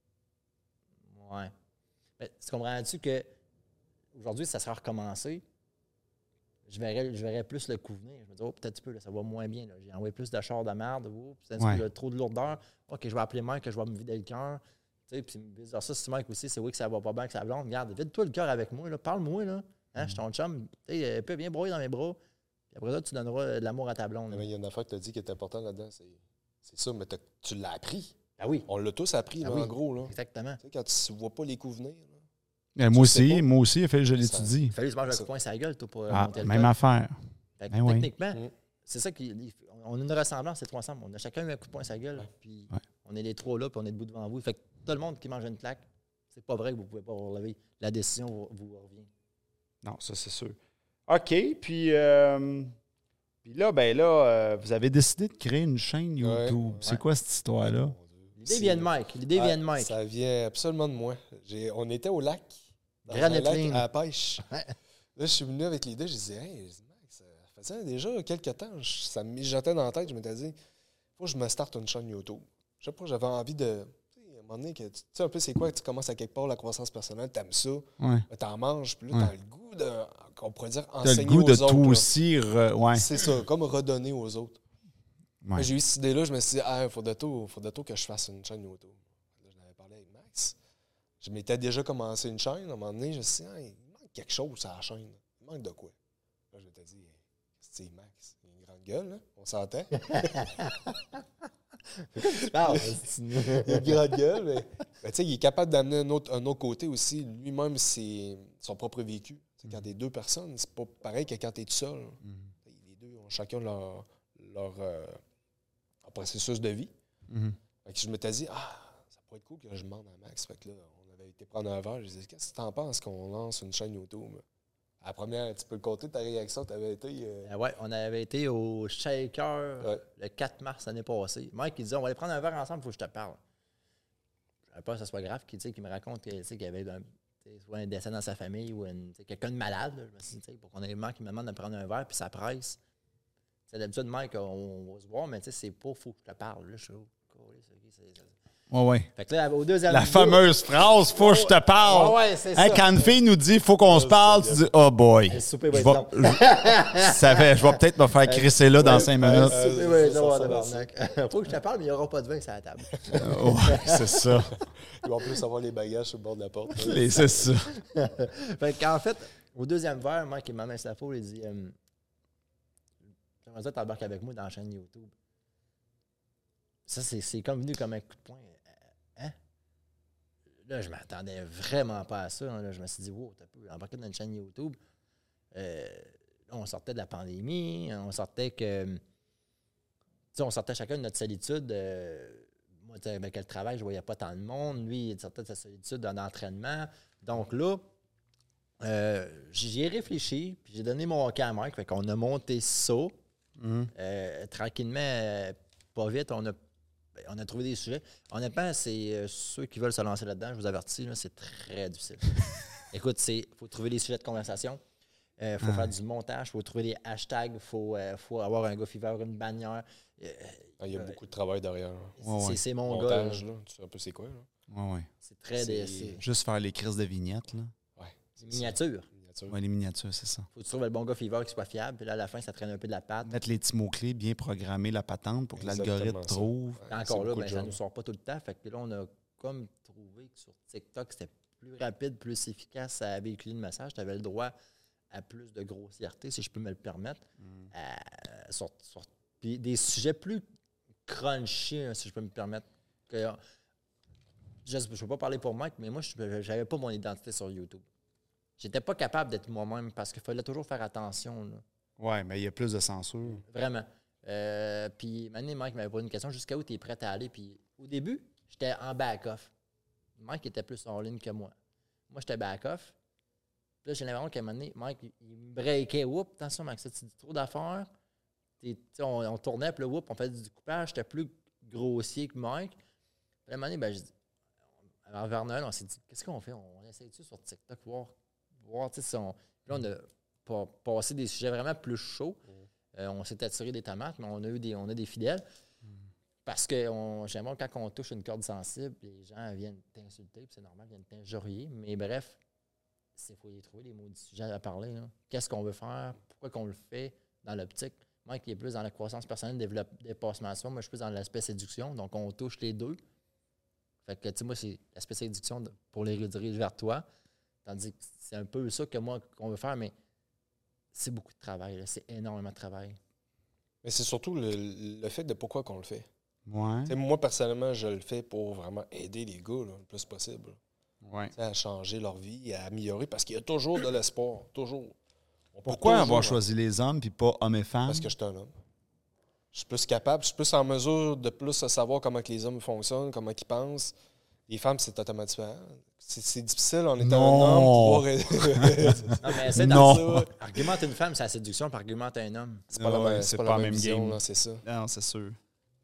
Ouais. Ben, tu comprends-tu que aujourd'hui, ça sera recommencé? Je verrais, je verrais plus le coup venir. Je me dis, oh, peut-être un peu, là, ça va moins bien. là. J'ai envoyé plus de chars de merde. Oh, peut-être Ouais. qu'il y a trop de lourdeur. OK, je vais appeler Mike, que je vais me vider le cœur. Tu sais, puis ça, si Mike aussi, c'est oui que ça va pas bien avec sa blonde. Regarde, vide-toi le cœur avec moi. là. Parle-moi. Là. Hein, Je suis ton chum. Tu sais, elle peut bien broyer dans mes bras. Puis après ça, tu donneras de l'amour à ta blonde. là. Mais il y a une affaire que tu as dit qui est importante là-dedans. C'est, c'est ça, mais t'as- tu l'as appris. Ah oui, On l'a tous appris, Ah là, oui. en gros. Là. exactement. Tu sais, quand tu ne vois pas les coups venir. là. Eh, moi Tu sais aussi, pas. moi aussi, il a fallu que je Ça- l'étudie. Il fallait que je mange un Ça- coup de poing sur la gueule toi, pour euh, Ah, monter le même col. affaire. Fait que Ben oui. techniquement, Mm. c'est ça qui. il- On a une ressemblance, ces trois ensemble. On a chacun eu un coup de poing sur la gueule. Puis Ouais. on est les trois là, puis on est debout devant vous. Fait que tout le monde qui mange une claque, c'est pas vrai que vous pouvez pas vous relever. La décision vous, vous revient. Non, ça, c'est sûr. OK, puis, euh, puis là, ben là, euh, vous avez décidé de créer une chaîne YouTube. Ouais. C'est quoi cette histoire-là? Mon Dieu. L'idée vient de Mike. L'idée Ah, vient de Mike. Ça vient absolument de moi. J'ai, on était au lac, dans un Granite lac Lane. à la pêche. Ouais. Là, je suis venu avec l'idée, je disais, hey, Mike, ça faisait déjà quelques temps, je- ça me mijotait dans la tête, je m'étais dit, faut que je me starte une chaîne YouTube. Je sais pas, j'avais envie de. Tu sais, à un moment donné, que tu tu sais un peu c'est quoi, tu commences à quelque part la croissance personnelle, t'aimes ça, Ouais. mais t'en manges, puis là, Ouais. t'as le goût de, qu'on pourrait dire, T'as le enseigner goût aux de autres. tout là. aussi. re- Ouais. C'est ça, comme redonner aux autres. Ouais. Moi, j'ai eu cette idée-là, je me suis dit, ah, il faut de tout, faut de tout que je fasse une chaîne YouTube. Là, j'en avais parlé avec Max. Je m'étais déjà commencé une chaîne. À un moment donné, je me suis dit, ah, il manque quelque chose à la chaîne. Il manque de quoi? Là, je m'étais dit, c'est Max, il a une grande gueule, hein? On s'entend. Ah, Il a une grande gueule, mais, mais tu sais, il est capable d'amener un autre, un autre côté aussi. Lui-même, c'est son propre vécu. T'sais, quand t'es deux personnes, c'est pas pareil que quand t'es tout seul. Les deux ont chacun leur, leur, euh, leur processus de vie. Mhm. Fait que je m'étais dit, ah, ça pourrait être cool que je demande à Max. Fait que là, on avait été prendre un verre. Je disais, qu'est-ce que t'en penses qu'on lance une chaîne YouTube? À la première, tu peux le compter, ta réaction, t'avais été. Euh... Euh, ouais, on avait été au Shaker Ouais. le quatre mars l'année passée. Mike, il disait, on va aller prendre un verre ensemble, il faut que je te parle. Je savais pas que ça soit grave, qu'il, tu sais, qu'il me raconte que, tu sais, qu'il y avait un, tu sais, soit un décès dans sa famille ou une, tu sais, quelqu'un de malade. Là. Je me suis dit, tu sais, pour qu'on ait le Mike qui me demande de prendre un verre, puis ça presse. Tu sais, d'habitude, Mike, on, on va se voir, mais tu sais, c'est pas fou que je te parle. Là, je suis oh, cool, c'est- c'est- c'est- Ouais, ouais. Fait que là, au deuxième La vidéo- fameuse phrase, faut que je te parle. Ouais, ouais, c'est Hein, ça. quand une fille nous dit, faut qu'on se parle, tu dis, oh boy. Le souper va Je être vais, long. je, ça fait, je vais peut-être me faire crisser là dans cinq minutes. euh, Oui, ça, oui, ça ça va, ressemble à tabarnak. Faut que je te parle, mais il n'y aura pas de vin sur la table. Ouais, c'est ça. Il va en plus avoir les bagages sur le bord de la porte. Les- C'est ça. Fait qu'en fait, au deuxième verre, Mike, il m'a mis la faute, il dit euh, j'aimerais ça que t'embarques avec moi dans la chaîne YouTube. Ça, c'est, c'est comme venu comme un coup de poing. Euh, Hein? Là, je m'attendais vraiment pas à ça. hein. Là, je me suis dit, wow, t'as pu embarquer dans une chaîne YouTube. Euh, là, on sortait de la pandémie, on sortait que. Tu sais, on sortait chacun de notre solitude. euh, moi, tu sais, avec le travail, je voyais pas tant de monde. Lui, il sortait de sa solitude en entraînement. Donc là, euh, j'y ai réfléchi, puis j'ai donné mon hockey à Mike. Fait qu'on a monté ça. Mhm. Euh, tranquillement, euh, pas vite, on a, on a trouvé des sujets. Honnêtement, c'est euh, ceux qui veulent se lancer là-dedans, je vous avertis, là, c'est très difficile. Écoute, il faut trouver des sujets de conversation. Il euh, faut faire du montage, il faut trouver des hashtags, il faut, euh, faut avoir un gars fever, une bannière. Euh, Ah, il y a beaucoup de travail derrière. Ouais, c'est, ouais. c'est mon Montage, gars. là. là, tu sais un peu c'est quoi, là? Ouais, ouais. C'est très C'est- des, c'est Juste faire les crises de vignettes, là. Ouais. des miniatures. Miniature. Ouais, les miniatures, c'est ça. Faut que tu trouves le bon gars fever qui soit fiable. Puis là, à la fin, ça traîne un peu de la patte. Mettre les petits mots-clés, bien programmer la patente pour que Exactement l'algorithme ça. trouve. Ouais, Puis c'est encore là, beaucoup ben, de ça ne job. nous sort pas tout le temps. Fait que là, on a comme trouvé que sur TikTok, c'était plus rapide, plus efficace à véhiculer le message. Tu avais le droit à plus de grossièreté, si je peux me le permettre. À- sur- sur- puis des sujets plus crunchy, hein, si je peux me permettre. Que, je ne peux pas parler pour Mike, mais moi, je n'avais pas mon identité sur YouTube. J'étais pas capable d'être moi-même parce qu'il fallait toujours faire attention. Là. Ouais, mais il y a plus de censure. Vraiment. Euh, puis, maintenant, Mike m'avait posé une question jusqu'à où tu es prêt à aller. Puis, au début, j'étais en back-off. Mike était plus en ligne que moi. Moi, j'étais back-off. Puis là, j'ai l'impression qu'à un moment donné, Mike, il, il me breakait. Oups, attention, Mike, ça, tu dis trop d'affaires. T'es- tu sais, On, on tournait, puis là, oups, on faisait du coupage. J'étais plus grossier que Mike. Puis à un moment donné, ben, j'ai dit, envers Noël, on s'est dit, qu'est-ce qu'on fait? On essaie-tu sur TikTok, voir, voir tu sais, si on. Puis là, on a pa- passé des sujets vraiment plus chauds. Euh, on s'est attiré des tomates, mais on a eu des, on a des fidèles. Parce que on- j'aime bien quand on touche une corde sensible, les gens viennent t'insulter, puis c'est normal, ils viennent t'injurier. Mais bref, il faut y trouver les mots du sujet à parler. là. Qu'est-ce qu'on veut faire? Pourquoi qu'on le fait dans l'optique? Moi, qui est plus dans la croissance personnelle, développe, dépassement de soi, moi, je suis plus dans l'aspect séduction. Donc, on touche les deux. Fait que, tu sais, moi, c'est l'aspect séduction de- pour les rediriger vers toi. Tandis que c'est un peu ça que moi, qu'on veut faire, mais c'est beaucoup de travail. là. C'est énormément de travail. Mais c'est surtout le, le fait de pourquoi qu'on le fait. Ouais. Tu sais, moi, personnellement, je le fais pour vraiment aider les gars là, le plus possible. Ouais. Tu sais, à changer leur vie, à améliorer, parce qu'il y a toujours de l'espoir. Toujours. On peut Pourquoi toujours- avoir choisi les hommes puis pas hommes et femmes? Parce que je suis un homme. Je suis plus capable, je suis plus en mesure de plus savoir comment que les hommes fonctionnent, comment ils pensent. Les femmes, c'est totalement différent. C'est, c'est difficile en étant Non. un homme pouvoir aider. Non, mais c'est Non. dans ça. Argumente une femme, c'est la séduction, puis argumente un homme. C'est pas, la Ouais, même, c'est c'est pas pas la la même même vision, game. là, c'est ça. Non, c'est sûr.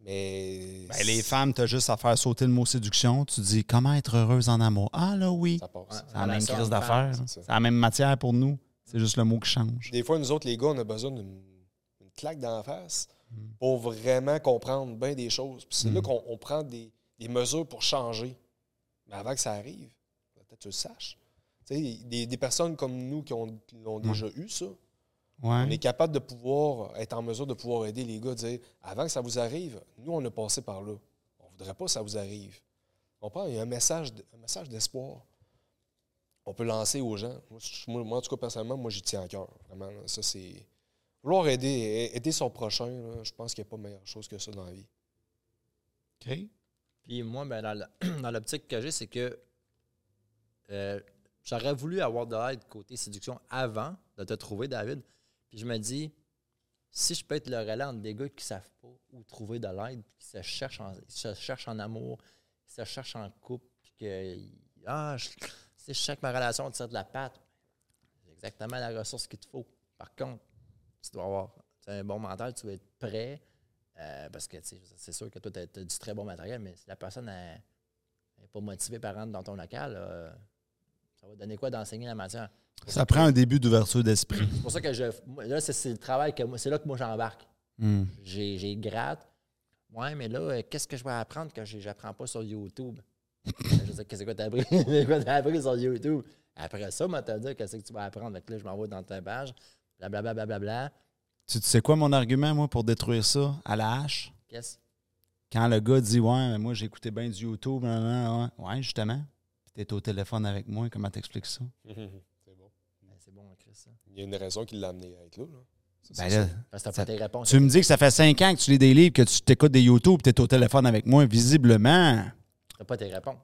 Mais. Ben, les femmes, tu as juste à faire sauter le mot séduction. Tu dis comment être heureuse en amour. Ah là, oui. Ça passe. Ouais. C'est la même Relation crise homme-femme, d'affaires. c'est hein. ça. C'est la même matière pour nous. C'est juste le mot qui change. Des fois, nous autres, les gars, on a besoin d'une une claque dans la face Mm. pour vraiment comprendre bien des choses. Puis c'est Mm. là qu'on on prend des, des mesures pour changer. Mais avant que ça arrive, peut-être que tu le saches. Tu sais, des, des personnes comme nous qui ont, qui l'ont déjà eu, ça, on est Ouais. capable de pouvoir être en mesure de pouvoir aider les gars, dire avant que ça vous arrive, nous, on a passé par là. On ne voudrait pas que ça vous arrive. On prend il y a un message, de- un message d'espoir. On peut lancer aux gens. Moi, je- moi, moi, en tout cas, personnellement, moi, j'y tiens à cœur. Vraiment, là. Ça, c'est. Vouloir aider, aider son prochain, là, je pense qu'il n'y a pas meilleure chose que ça dans la vie. OK. Puis moi, ben, dans le- dans l'optique que j'ai, c'est que euh, j'aurais voulu avoir de l'aide côté séduction avant de te trouver, David. Puis je me dis, si je peux être le relais entre des gars qui ne savent pas où trouver de l'aide, qui se cherchent en, se cherchent en amour, qui se cherchent en couple, puis que ah, je, si je cherche ma relation, tu tires de la patte, c'est exactement la ressource qu'il te faut. Par contre, tu dois avoir tu as un bon mental, tu vas être prêt. Euh, parce que tu sais, c'est sûr que toi, tu as, du très bon matériel, mais si la personne n'est pas motivée par rentrer dans ton local, euh, ça va donner quoi d'enseigner la matière? Ça prend un début d'ouverture d'esprit. C'est pour ça que je. moi, Là, c'est c'est le travail que moi. C'est là que moi j'embarque. Mm. J'ai j'ai gratte. Ouais, mais là, euh, qu'est-ce que je vais apprendre que j'ai- j'apprends pas sur YouTube? Je sais qu'est-ce que tu as appris? C'est quoi t'as appris sur YouTube? Après ça, moi, t'as dit qu'est-ce que tu vas apprendre. Fait que là, je m'envoie dans ta page. Blablabla. Bla, bla, bla, bla. Tu tu sais quoi mon argument, moi, pour détruire ça à la hache? Qu'est-ce? Quand le gars dit ouais, mais moi j'ai écouté bien du YouTube, nan, nan, ouais, ouais justement. Puis t'es au téléphone avec moi, comment t'expliques ça? C'est bon. Ben, c'est bon, Chris, ça. Il y a une raison qui l'a amené à être là. là. Ça, Ben c'est là, ça. Parce que t'as Ça- pas tes réponses. tu me dis que ça fait cinq ans que tu lis des livres, que tu t'écoutes des YouTube, tu es au téléphone avec moi, visiblement. T'as pas tes réponses.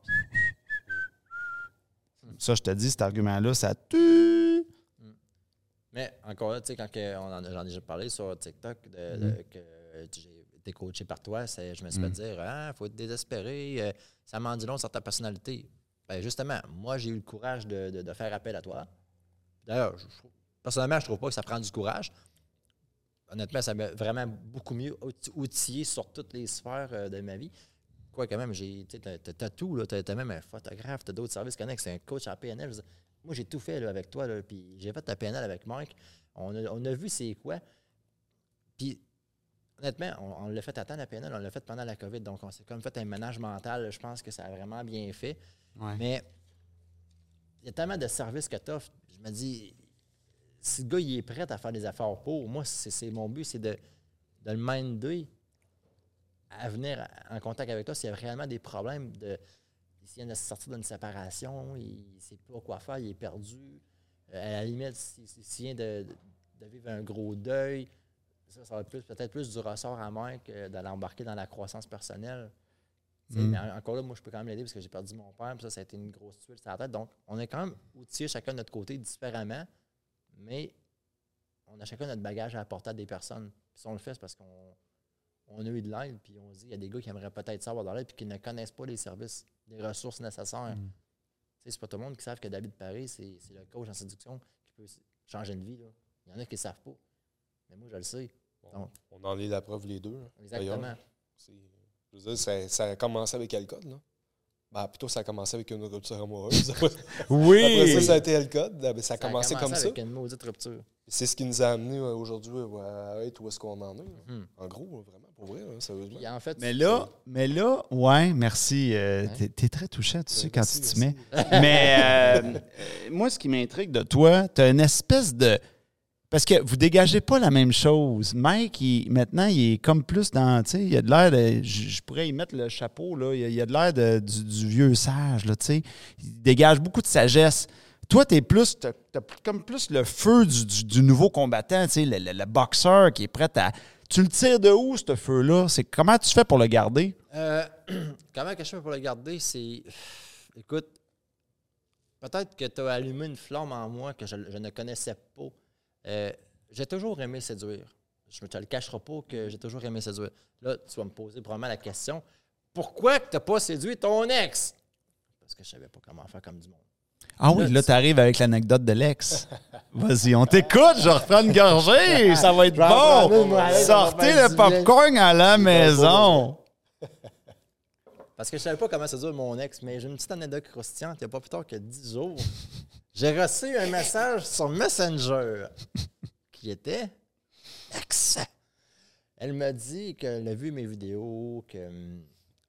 Ça, je te dis, cet argument-là, ça tue. Mais encore là, tu sais, quand que on en a- j'en ai déjà parlé sur TikTok, de, de- que euh, j'ai été coaché par toi, c'est- je me suis fait dire, ah, faut être désespéré, euh, ça m'en dit long sur ta personnalité. Ben justement, moi, j'ai eu le courage de, de- de faire appel à toi. D'ailleurs, je- je- personnellement, je trouve pas que ça prend du courage. Honnêtement, ça m'a vraiment beaucoup mieux out- outillé sur toutes les sphères euh, de ma vie. Quoi quand même, j'ai, tu sais, t'as, t'as tout, là, t'as, t'as même un photographe, t'as d'autres services connexes, c'est un coach en P N L. Je veux dire, moi, j'ai tout fait là, avec toi, là, puis j'ai fait ta P N L avec Mike. On a, on a vu c'est quoi. Puis, honnêtement, on, on l'a fait à temps, la P N L, on l'a fait pendant la COVID. Donc, on s'est comme fait un ménage mental. Je pense que ça a vraiment bien fait. Ouais. Mais il y a tellement de services que tu offres. Je me dis, si le gars il est prêt à faire des affaires pour, moi, c'est, c'est mon but, c'est de, de le minder à venir en contact avec toi s'il y a réellement des problèmes de. S'il vient de sortir d'une séparation, il ne sait pas quoi faire, il est perdu. Euh, à la limite, s'il si, si vient de, de vivre un gros deuil, ça, ça va être plus, peut-être plus du ressort à moi que de l'embarquer dans la croissance personnelle. Mm. Mais encore là, moi, je peux quand même l'aider parce que j'ai perdu mon père, puis ça, ça a été une grosse tuile sur la tête. Donc, on est quand même outillés chacun de notre côté différemment, mais on a chacun notre bagage à apporter à des personnes. Puis si on le fait, c'est parce qu'on on a eu de l'aide, puis on se dit, il y a des gars qui aimeraient peut-être savoir de l'aide, puis qui ne connaissent pas les services, les ressources nécessaires. Mm. Tu sais, c'est pas tout le monde qui savent que David Paris, c'est, c'est le coach en séduction qui peut changer une vie. Là. Il y en a qui ne savent pas. Mais moi, je le sais. Bon, donc, on en est la preuve les deux. Exactement. C'est, je veux dire, ça, ça a commencé avec L-Code, là. Ben, plutôt, ça a commencé avec une rupture amoureuse. Oui! Après ça, ça a été L-Code. Ben, ça a ça commencé a comme avec ça. Avec une maudite rupture. C'est ce qui nous a amené aujourd'hui à être où est-ce qu'on en est. Mm. En gros, vraiment, pour vrai, là, sérieusement. Puis en fait, Mais là, mais là, ouais, merci. Euh, Ouais. T'es, t'es très touchant, tu Ouais, sais, quand merci, tu t'y mets. merci. Mais euh, euh, moi, ce qui m'intrigue de toi, tu as une espèce de. Parce que vous dégagez pas la même chose. Mike, il, maintenant, il est comme plus dans. Tu sais, il a de l'air de. Je, je pourrais y mettre le chapeau, là. Il a, il a de l'air de, du, du vieux sage, là, tu sais. Il dégage beaucoup de sagesse. Toi, t'es plus. T'as, t'as comme plus le feu du, du, du nouveau combattant, tu sais, le, le, le boxeur qui est prêt à. Tu le tires de où, ce feu-là? C'est, comment tu fais pour le garder? Euh, comment que je fais pour le garder? C'est. Écoute, peut-être que tu as allumé une flamme en moi que je, je ne connaissais pas. Euh, j'ai toujours aimé séduire. Je ne te le cacherai pas que j'ai toujours aimé séduire. Là, tu vas me poser probablement la question, pourquoi tu n'as pas séduit ton ex? Parce que je ne savais pas comment faire comme du monde. Ah oui, là, tu arrives avec l'anecdote de l'ex. Vas-y, on t'écoute, je reprends une gorgée, ça va être bon. Sortez le popcorn à la maison. Parce que je savais pas comment ça dure mon ex, mais j'ai une petite anecdote croustillante. Il n'y a pas plus tard que dix jours. J'ai reçu un message sur Messenger qui était ex. Elle m'a dit qu'elle a vu mes vidéos, qu'elle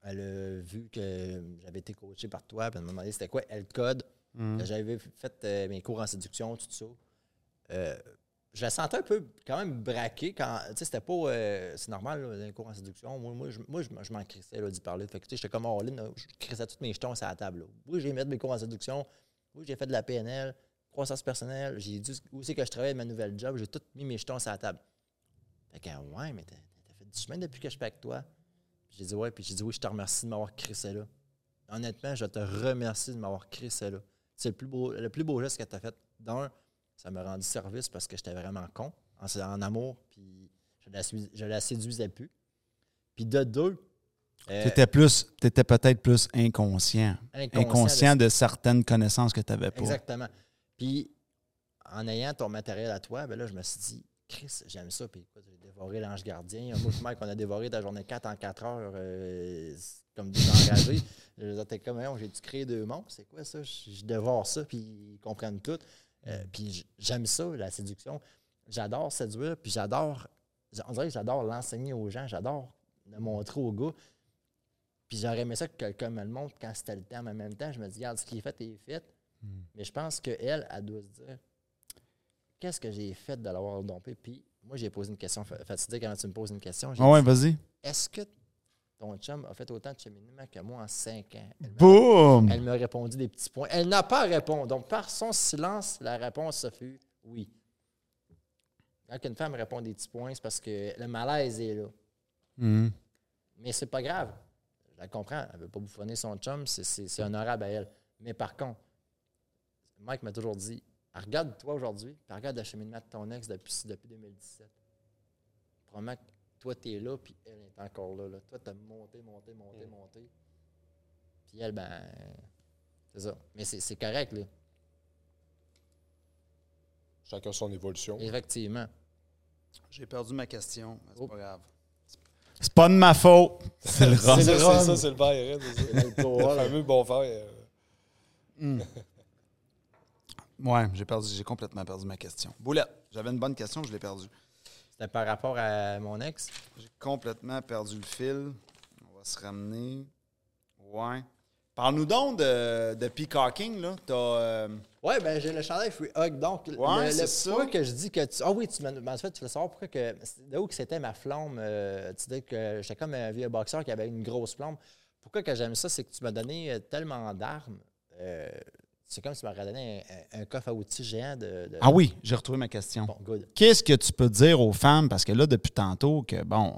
a vu que j'avais été coaché par toi, puis elle m'a demandé c'était quoi le code. Mm. J'avais fait euh, mes cours en séduction, tout ça. Euh, je la sentais un peu quand même braquée. Quand, tu sais, c'était pas... Euh, c'est normal, là, les cours en séduction. Moi, moi, je, moi, je, je m'en crissais là, d'y parler. Fait que, tu sais, j'étais comme all-in. Je crissais tous mes jetons sur la table. Là. Oui, j'ai mis mes cours en séduction. Oui, j'ai fait de la P N L, croissance personnelle. J'ai dit où c'est que je travaille de ma nouvelle job. J'ai tout mis mes jetons sur la table. Fait que, ouais, mais t'as, t'as fait dix semaines depuis que je suis avec toi. Puis j'ai dit, ouais. Puis j'ai dit, oui, je te remercie de m'avoir crissé là. Honnêtement, je te remercie de m'avoir crissé là. C'est le plus beau, le plus beau geste que tu as fait. D'un, ça m'a rendu service parce que j'étais vraiment con, en, en amour, puis je la, je la séduisais plus. Puis de deux... Euh, tu étais plus, t'étais peut-être plus inconscient. Inconscient, inconscient de, de certaines connaissances que tu n'avais pas. Exactement. Puis en ayant ton matériel à toi, ben là, je me suis dit, Chris, j'aime ça. Puis écoute, j'ai dévoré l'Ange Gardien. Moi, Mike, on a dévoré ta journée quatre en quatre heures, euh, comme des engagés. J'étais comme, j'ai-tu créé deux mondes? C'est quoi ça? Je, je dévore ça, puis ils comprennent tout. Euh, puis j'aime ça, la séduction. J'adore séduire, puis j'adore, on dirait que j'adore l'enseigner aux gens. J'adore le montrer aux gars. Puis j'aurais aimé ça que quelqu'un me le montre quand c'était le temps. Mais en même temps, je me dis, regarde, ce qui est fait est fait. Mm. Mais je pense qu'elle, elle doit se dire, qu'est-ce que j'ai fait de l'avoir dompé? Puis moi, j'ai posé une question fatidique quand tu me poses une question. Ah ouais, vas-y. Est-ce que ton chum a fait autant de cheminement que moi en cinq ans? Elle Boum! Elle m'a répondu des petits points. Elle n'a pas répondu. Donc, par son silence, la réponse se fut oui. Quand une femme répond des petits points, c'est parce que le malaise est là. Mm. Mais c'est pas grave. Je la comprends. Elle ne veut pas bouffonner son chum. C'est, c'est, c'est honorable à elle. Mais par contre, Mike m'a toujours dit, regarde-toi aujourd'hui, puis regarde le cheminement de ton ex depuis, depuis deux mille dix-sept. Probablement que toi, tu es là, puis elle est encore là. là. Toi, tu as monté, monté, monté, mm. monté. Puis elle, ben, c'est ça. Mais c'est, c'est correct, là. Chacun son évolution. Effectivement. J'ai perdu ma question, mais c'est oh. pas grave. C'est pas de ma faute. C'est le rhum. C'est, c'est ça, c'est le verre. C'est le fameux bon verre. Mm. Ouais, j'ai perdu, j'ai complètement perdu ma question. Boulette, j'avais une bonne question, je l'ai perdue. C'était par rapport à mon ex? J'ai complètement perdu le fil. On va se ramener. Ouais. Parle-nous donc de, de peacocking, là. T'as... Euh... Oui, bien, j'ai le chandail Free Hug. Donc, ouais, le, c'est le ça. pourquoi que je dis que tu... Ah oui, tu m'as... En fait, tu veux savoir pourquoi que... De où que c'était ma flamme? Euh, tu dis que j'étais comme un vieux boxeur qui avait une grosse flamme. Pourquoi que j'aime ça? C'est que tu m'as donné tellement d'armes. Euh, c'est comme si tu m'aurais donné un, un coffre à outils géant de... de... Ah oui, j'ai retrouvé ma question. Bon, good. Qu'est-ce que tu peux dire aux femmes? Parce que là, depuis tantôt, que bon,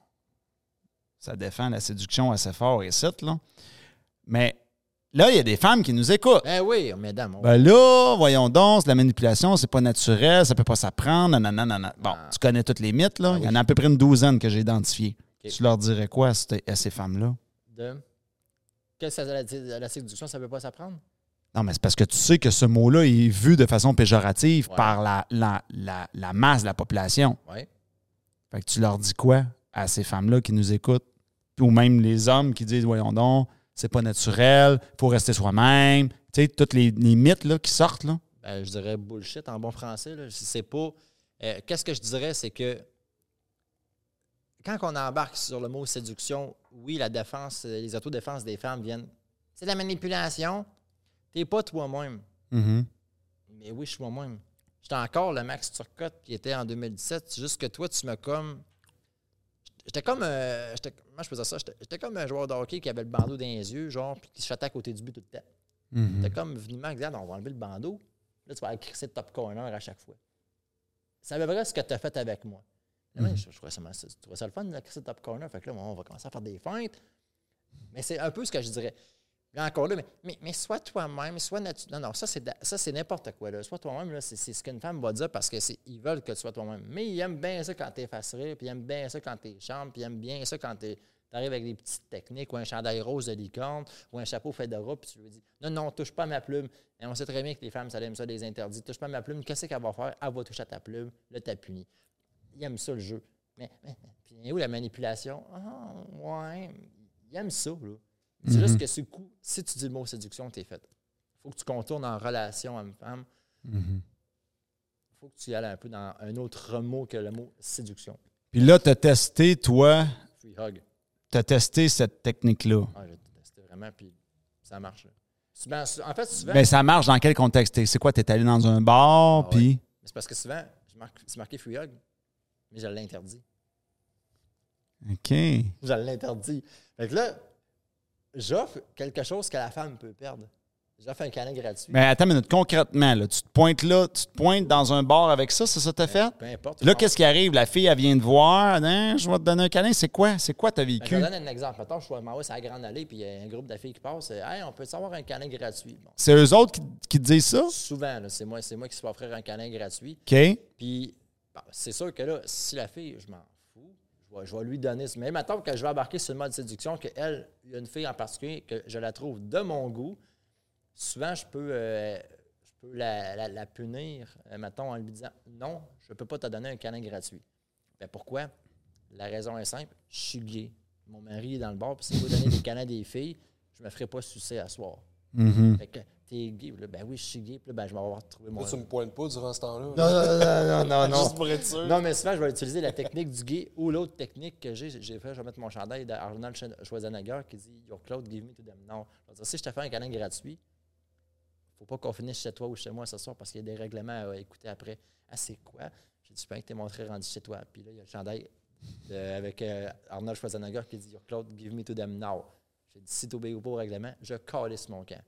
ça défend la séduction assez fort et c'est là. Mais... Là, il y a des femmes qui nous écoutent. Ben oui, mesdames. Ben là, voyons donc, c'est de la manipulation, c'est pas naturel, ça peut pas s'apprendre, nanana, nanana. Bon, ah. Tu connais toutes les mythes, là. Ah, il y en a à peu près une douzaine que j'ai identifiés. Okay. Tu leur dirais quoi à ces femmes-là? De? Que ça, la, la séduction, ça peut pas s'apprendre? Non, mais c'est parce que tu sais que ce mot-là est vu de façon péjorative ouais. par la, la, la, la masse de la population. Oui. Fait que tu leur dis quoi à ces femmes-là qui nous écoutent? Ou même les hommes qui disent, voyons donc, c'est pas naturel, il faut rester soi-même. Tu sais, tous les, les mythes là, qui sortent. Là. Ben, je dirais bullshit en bon français. Là. C'est pas. Euh, qu'est-ce que je dirais, c'est que quand on embarque sur le mot séduction, oui, la défense, les autodéfenses des femmes viennent. C'est de la manipulation. T'es pas toi-même. Mm-hmm. Mais oui, je suis moi-même. J'étais encore le Max Turcotte qui était en deux mille dix-sept. C'est juste que toi, tu m'as comme. J'étais comme. Euh, j'étais, moi, je faisais ça. J'étais, j'étais comme un joueur de hockey qui avait le bandeau dans les yeux, genre, puis qui se faisait à côté du but tout le temps. Mm-hmm. C'était comme venu me dire, on va enlever le bandeau. Là, tu vas aller crisser le top corner à chaque fois. C'est à peu près ce que tu as fait avec moi. Là, mm-hmm. je, je trouvais ça, je trouvais ça le fun de crisser le top corner. Fait que là, on va commencer à faire des feintes. Mais c'est un peu ce que je dirais. Là, encore là, mais, mais, mais sois toi-même, sois naturel. Non, non, ça, c'est, ça, c'est n'importe quoi. Là. Sois toi-même, là, c'est, c'est ce qu'une femme va dire parce qu'ils veulent que tu sois toi-même. Mais ils aiment bien ça quand t'es facerie, puis ils aiment bien ça quand t'es chambre, puis ils aiment bien ça quand t'es Tu arrives avec des petites techniques ou un chandail rose de licorne ou un chapeau fedora, puis tu lui dis non, non, touche pas à ma plume. Et on sait très bien que les femmes, ça aime ça, des interdits. Touche pas à ma plume. Qu'est-ce qu'elle va faire? Elle va toucher à ta plume. Là, t'as puni. Ils aiment ça, le jeu. Mais, mais puis où la manipulation? Ah, ouais. Ils aiment ça, là. C'est mm-hmm. juste que ce coup, si tu dis le mot séduction, t'es fait. Il faut que tu contournes en relation homme-femme. Il mm-hmm. faut que tu y ailles un peu dans un autre mot que le mot séduction. Puis là, tu as testé, toi. Free hug. Tu as testé cette technique-là. Ah, j'ai testé vraiment, puis ça marche. Souvent, en fait, souvent. Mais ça marche dans quel contexte? C'est quoi? Tu es allé dans un bar, ah, puis. Ouais. C'est parce que souvent, marque, c'est marqué free hug, mais je l'interdis. OK. Je l'interdis. Fait que là, j'offre quelque chose que la femme peut perdre. J'offre un câlin gratuit. Mais attends une minute, concrètement, là, tu te pointes là, tu te pointes dans un bar avec ça, c'est ça que tu as fait? Peu importe. Là, qu'est-ce qui arrive? La fille, elle vient te voir, hein, je vais te donner un câlin. C'est quoi? C'est quoi t'as vécu? Ben, je vais donner un exemple. Attends, je m'en vais sur la grande allée, puis il y a un groupe de filles qui passe. Hey, on peut savoir un câlin gratuit. Bon. C'est eux autres qui, qui te disent ça? Souvent, là, c'est moi, c'est moi qui se fais offrir un câlin gratuit. OK. Puis, bon, c'est sûr que là, si la fille, je m'en fous, je vais, je vais lui donner. Mais maintenant que je vais embarquer sur le mode séduction, qu'elle, il y a une fille en particulier que je la trouve de mon goût, souvent, je peux, euh, je peux la, la, la punir, euh, mettons, en lui disant « Non, je ne peux pas te donner un câlin gratuit. » Ben pourquoi? La raison est simple, je suis gay. Mon mari est dans le bar, puis si vous donner des câlins à des filles, je ne me ferai pas sucer à soir. Mm-hmm. Fait que t'es gay. Là, ben oui, je suis gay, puis là, ben, je vais avoir trouvé mon... Là, tu me pointes pas durant ce temps-là. Non, non, non, non, non. Juste pour être sûr. Non, mais souvent, je vais utiliser la technique du gay ou l'autre technique que j'ai. J'ai fait, je vais mettre mon chandail d'Arnold Schwarzenegger qui dit « Your clothes give me to them ». Non. Je vais dire, si je te fais un câlin gratuit, faut pas qu'on finisse chez toi ou chez moi ce soir parce qu'il y a des règlements à écouter après. Ah, c'est quoi? J'ai dit, je peux t'es montré rendu chez toi. Puis là, il y a le chandail de, avec euh, Arnold Schwarzenegger qui dit Your clothes, give me to them now. J'ai dit, si tu obéis pas au règlement, je calisse mon camp.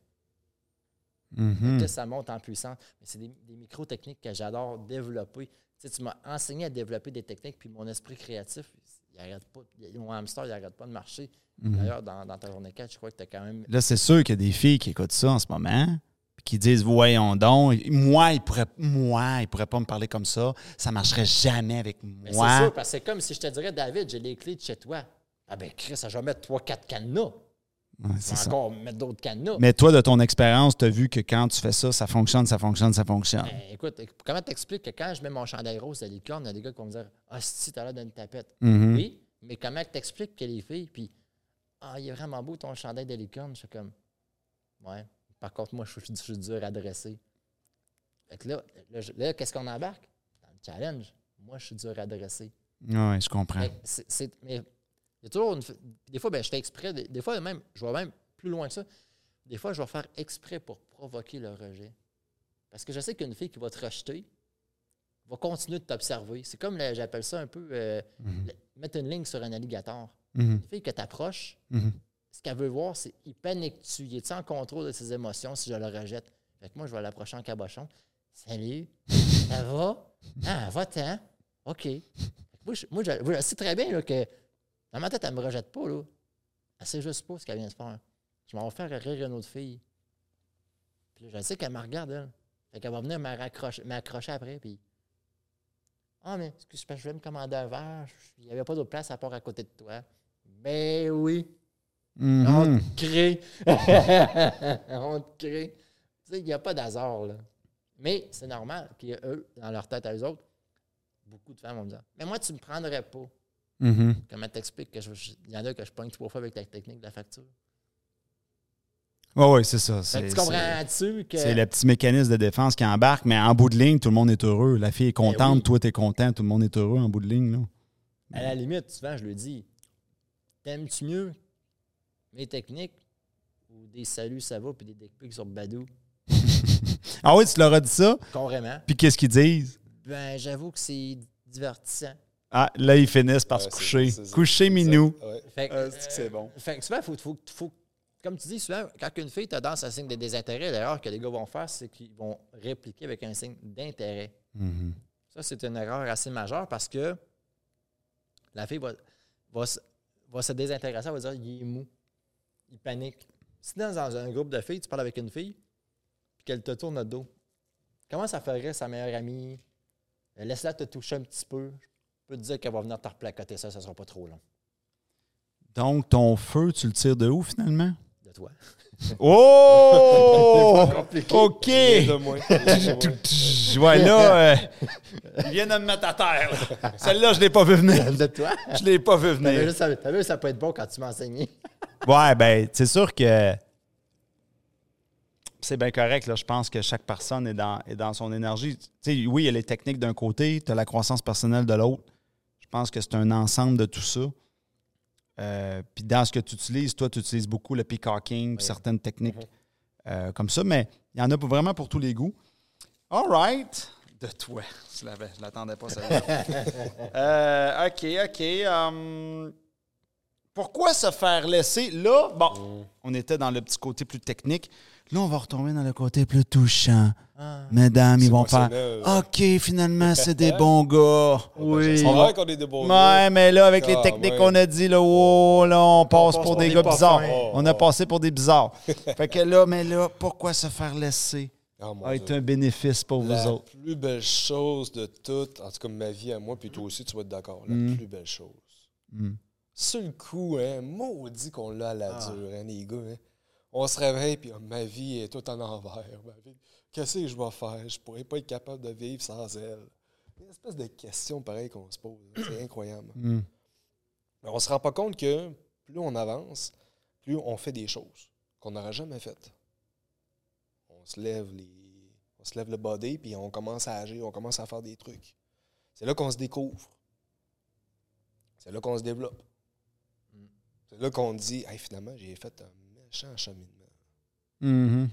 Mm-hmm. Là, ça monte en puissance. Mais c'est des, des micro-techniques que j'adore développer. Tu sais, tu m'as enseigné à développer des techniques, puis mon esprit créatif, il arrête pas. Mon hamster, il n'arrête pas de marcher. Mm-hmm. D'ailleurs, dans, dans ta journée quatre, je crois que tu as quand même. Là, c'est sûr qu'il y a des filles qui écoutent ça en ce moment, qui disent voyons donc, moi, il pourrait, moi, il pourrait pas me parler comme ça, ça marcherait jamais avec moi. Mais c'est sûr, parce que c'est comme si je te dirais, David, j'ai les clés de chez toi. Ah ben Chris, je vais mettre trois quatre cadenas. Ouais, je vais encore mettre d'autres cadenas. Mais toi, de ton expérience, tu as vu que quand tu fais ça, ça fonctionne, ça fonctionne, ça fonctionne. Ben, écoute, comment t'expliques que quand je mets mon chandail rose à licorne, il y a des gars qui vont me dire ah, si, t'as l'air d'une tapette. Mm-hmm. Oui, mais comment t'expliques que les filles, puis ah, il est vraiment beau ton chandail de licorne. Je suis comme ouais. Par contre, moi, je suis, je suis dur à dresser. Fait que là, là, là qu'est-ce qu'on embarque? Dans le challenge, moi, je suis dur à dresser. Oui, je comprends. Fait que c'est, c'est, mais il y a toujours une. Des fois, ben, je fais exprès. Des, des fois, même, je vais même plus loin que ça. Des fois, je vais faire exprès pour provoquer le rejet. Parce que je sais qu'une fille qui va te rejeter va continuer de t'observer. C'est comme, le, j'appelle ça un peu, euh, mm-hmm. le, mettre une ligne sur un alligator. Mm-hmm. Une fille que tu approches, mm-hmm. ce qu'elle veut voir, c'est il panique-tu, il est-tu en contrôle de ses émotions si je le rejette? Fait que moi, je vais l'approcher en cabochon. Salut, ça va? Ah, va-t'en. OK. Moi, je, moi, je, je sais très bien là, que dans ma tête, elle ne me rejette pas. Là. Elle sait juste pas ce qu'elle vient de faire. Je m'en vais faire rire une autre fille. Puis là, je sais qu'elle me regarde, elle. Fait qu'elle va venir m'accrocher, m'accrocher après. Puis, ah, mais excuse, je vais me commander un verre. Il n'y avait pas d'autre place à part à côté de toi. Ben oui. Mm-hmm. On te crée. On te crée. Tu sais, il n'y a pas d'hasard, là. Mais c'est normal qu'eux, dans leur tête à eux autres, beaucoup de femmes vont me dire « Mais moi, tu ne me prendrais pas. Mm-hmm. » Comment t'expliques qu'il y en a que je pogne trois fois avec la technique de la facture? Oui, oui, c'est ça. C'est, tu comprends-tu que... C'est le petit mécanisme de défense qui embarque, mais en bout de ligne, tout le monde est heureux. La fille est contente, ben oui. Toi, tu es content, tout le monde est heureux en bout de ligne. Là. À la limite, souvent, je le dis, t'aimes-tu mieux mes techniques ou des saluts, ça va, puis des dick pics sur Badou? Ah oui, tu leur as dit ça? Carrément. Puis qu'est-ce qu'ils disent? Ben, j'avoue que c'est divertissant. Ah, là, ils finissent par ouais, se coucher. C'est, c'est, coucher c'est minou. Ouais. Fait que, euh, c'est, que c'est bon. Fait que souvent, il faut, faut, faut, comme tu dis, souvent, quand une fille te danse un signe de désintérêt, l'erreur que les gars vont faire, c'est qu'ils vont répliquer avec un signe d'intérêt. Mm-hmm. Ça, c'est une erreur assez majeure parce que la fille va, va, va se désintéresser, elle va dire il est mou, il panique. Si dans un groupe de filles, tu parles avec une fille puis qu'elle te tourne le dos, comment ça ferait sa meilleure amie? Laisse-la te toucher un petit peu. Je peux te dire qu'elle va venir te replacoter ça, ça ne sera pas trop long. Donc, ton feu, tu le tires de où, finalement? De toi. Oh! OK! Rien de moins, rien de moins. Ouais, là, euh, il vient de me mettre à terre. là. Celle-là, je ne l'ai pas vu venir. De toi? Je ne l'ai pas vu T'as vu, venir. ça, t'as vu, ça peut être bon quand tu m'as enseigné. Ouais, ben, c'est sûr que c'est bien correct. Là. Je pense que chaque personne est dans, est dans son énergie. Tu sais, oui, il y a les techniques d'un côté, tu as la croissance personnelle de l'autre. Je pense que c'est un ensemble de tout ça. Euh, puis dans ce que tu utilises, toi, tu utilises beaucoup le peacocking, puis certaines techniques euh, comme ça, mais il y en a pour- vraiment pour tous les goûts. All right. De toi. Je ne l'attendais pas, ça. euh, OK, OK. um, pourquoi se faire laisser? Là, bon, on était dans le petit côté plus technique. Là, on va retomber dans le côté plus touchant. Mesdames, ils vont faire émotionnel. OK, finalement, c'est des bons gars. C'est vrai qu'on est des bons Ouais, mais là, avec les Ah, techniques ouais. qu'on a dit, là, oh, là, on passe passe pour pour des des gars pas bizarres. fins. On a passé pour des bizarres. Fait que là, mais là, pourquoi se faire laisser Ah, mon a été Dieu. un bénéfice pour vous La autres? plus belle chose de toutes, en tout cas ma vie à moi, puis toi aussi, tu vas être d'accord, la Mm. plus belle chose. Mm. Sur le coup, hein, maudit qu'on l'a à la Ah. dure, hein, les gars. Hein. On se réveille, puis ah, ma vie est toute en envers. Ma vie, qu'est-ce que je vais faire? Je pourrais pas être capable de vivre sans elle. Une espèce de question pareille qu'on se pose. hein. C'est incroyable. Mm. Mais on se rend pas compte que plus on avance, plus on fait des choses qu'on n'aurait jamais faites. On se lève les, on se lève le body, puis on commence à agir, on commence à faire des trucs. C'est là qu'on se découvre. C'est là qu'on se développe. C'est là qu'on dit, hey, finalement, j'ai fait un méchant cheminement. Mhm.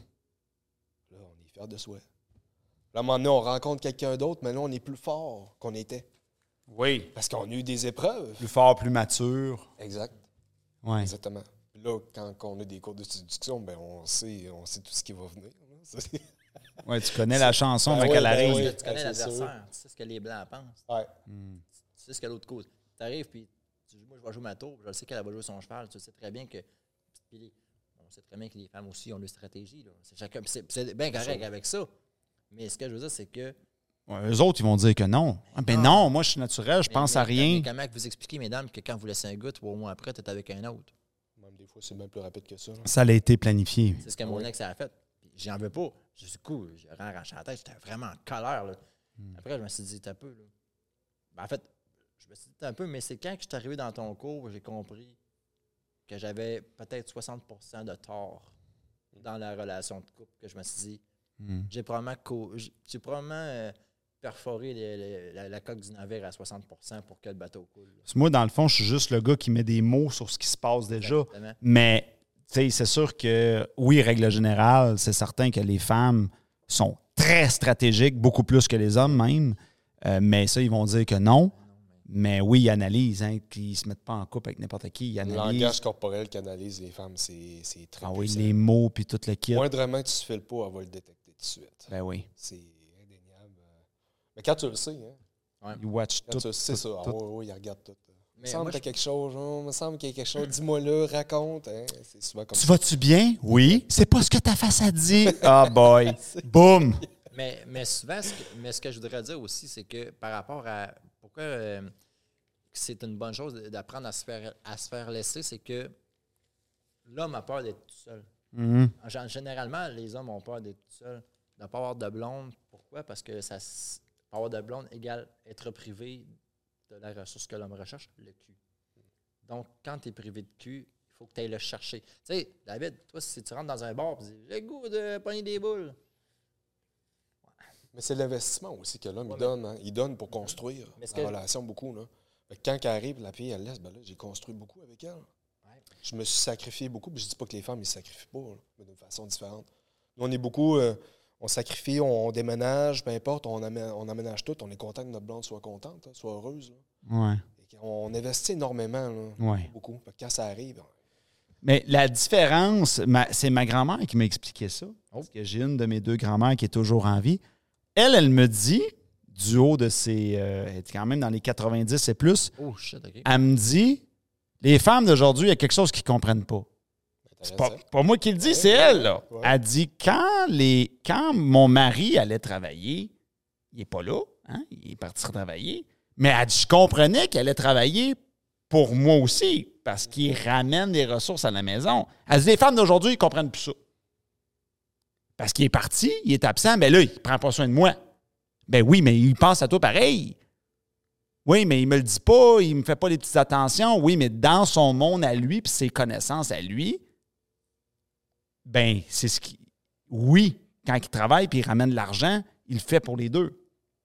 Là, on est fiers de soi. Là, à un moment donné, on rencontre quelqu'un d'autre, mais là, on est plus fort qu'on était. Oui. Parce qu'on a eu des épreuves. Plus fort, plus mature. Exact. Ouais. Exactement. Puis là, quand, quand on a des cours de séduction, ben on sait, on sait tout ce qui va venir. là. C'est- Ouais, tu connais la chanson, Ben mais ouais, qu'elle ben arrive. oui. Tu connais c'est l'adversaire, tu sais ce que les Blancs pensent, Ouais. Mm. tu sais ce que l'autre cause. Tu arrives, puis tu dis, moi, je vais jouer ma tour, je sais qu'elle va jouer son cheval, tu sais très bien que. Puis les- on sait très bien que les femmes aussi ont une stratégie. Là. C'est, chacun, puis c'est, puis c'est bien correct avec ça. Mais ce que je veux dire, c'est que. Ouais, eux autres, ils vont dire que non. Ah, ben non. non, moi, je suis naturel, je mais- pense mais- à rien. Mais comment que vous expliquez, mesdames, que quand vous laissez un gars, trois mois après, tu es avec un autre? Même des fois, c'est bien plus rapide que ça. là. Ça a été planifié. C'est ce que mon ex a fait. Puis j'en veux pas. Je suis cool, j'ai arraché la tête, j'étais vraiment en colère. Là. Après, je me suis dit, t'as un peu. Là. Ben, en fait, je me suis dit, t'as un peu, mais c'est quand que je suis arrivé dans ton cours, j'ai compris que j'avais peut-être soixante pour cent de tort dans la relation de couple, que je me suis dit, Mm. j'ai probablement, co- j'ai j'ai probablement euh, perforé le- le- la, la coque du navire à soixante pour cent pour que le bateau coule. là. Moi, dans le fond, je suis juste le gars qui met des mots sur ce qui se passe déjà. Exactement. Mais, tu sais, c'est sûr que, oui, règle générale, c'est certain que les femmes sont très stratégiques, beaucoup plus que les hommes même. Euh, mais ça, ils vont dire que non. Mais oui, ils analysent, hein, qu'ils ne se mettent pas en couple avec n'importe qui. Ils Le analysent. langage corporel qu'analysent les femmes, c'est, c'est très Ah oui, puissant. les mots, puis tout le kit. Moindrement que tu se files pas, elle va le détecter tout de suite. Ben oui. C'est indéniable. Mais quand tu le sais, hein, Ils watch quand tout. tu le sais, tout, ça, ah tout. oui, oui, ils regardent tout. Il me Mais semble moi, qu'il y a je- quelque chose, hein, il me semble qu'il y a quelque chose, dis-moi là, raconte. Hein. C'est souvent comme Tu ça. vas-tu bien? Oui. C'est pas ce que ta face a dit. Ah boy. Boum. Mais, mais souvent, ce que, mais ce que je voudrais dire aussi, c'est que par rapport à pourquoi euh, c'est une bonne chose d'apprendre à se faire, à se faire laisser, c'est que l'homme a peur d'être tout seul. Mhm. En gé- Généralement, les hommes ont peur d'être tout seuls, de ne pas avoir de blonde. Pourquoi? Parce que ça, s- pas avoir de blonde égale être privé de la ressource que l'homme recherche, le cul. Donc, quand tu es privé de cul, il faut que tu ailles le chercher. Tu sais, David, toi, si tu rentres dans un bar et tu dis « J'ai le goût de pogner des boules », Mais c'est l'investissement aussi que l'homme Ouais, il donne. Hein. Il donne pour construire Mais ce la que- relation beaucoup. Là. Fait que quand elle arrive, la fille, elle laisse, ben là, j'ai construit beaucoup avec elle. Je me suis sacrifié beaucoup, puis je dis pas que les femmes, ils se sacrifient pas, là, mais d'une façon différente. Nous, on est beaucoup, euh, on sacrifie, on, on déménage, peu importe, on, amène, on aménage tout, on est content que notre blonde soit contente, là, soit heureuse. Là. Ouais. Et on investit énormément, là, Ouais. beaucoup. Fait que quand ça arrive, on- Mais la différence, ma- c'est ma grand-mère qui m'a expliqué ça. Oh. Parce que j'ai une de mes deux grand-mères qui est toujours en vie. Elle, elle me dit, du haut de ses. Euh, elle est quand même dans les quatre-vingt-dix et plus, Oh shit, OK. elle me dit les femmes d'aujourd'hui, il y a quelque chose qu'ils ne comprennent pas. C'est pas, intéressant. pas moi qui le dis, Ouais, c'est elle. Là. ouais. Elle dit quand, les, quand mon mari allait travailler, il n'est pas là, hein, il est parti travailler, mais elle dit je comprenais qu'elle allait travailler pour moi aussi, parce qu'ils ramènent des ressources à la maison. Elle dit, les femmes d'aujourd'hui, ils ne comprennent plus ça. Parce qu'il est parti, il est absent, bien là, il ne prend pas soin de moi. Ben oui, mais il pense à toi pareil. Oui, mais il me le dit pas, il me fait pas les petites attentions. Oui, mais dans son monde à lui, puis ses connaissances à lui, ben c'est ce qui... Oui, quand il travaille puis il ramène de l'argent, il le fait pour les deux.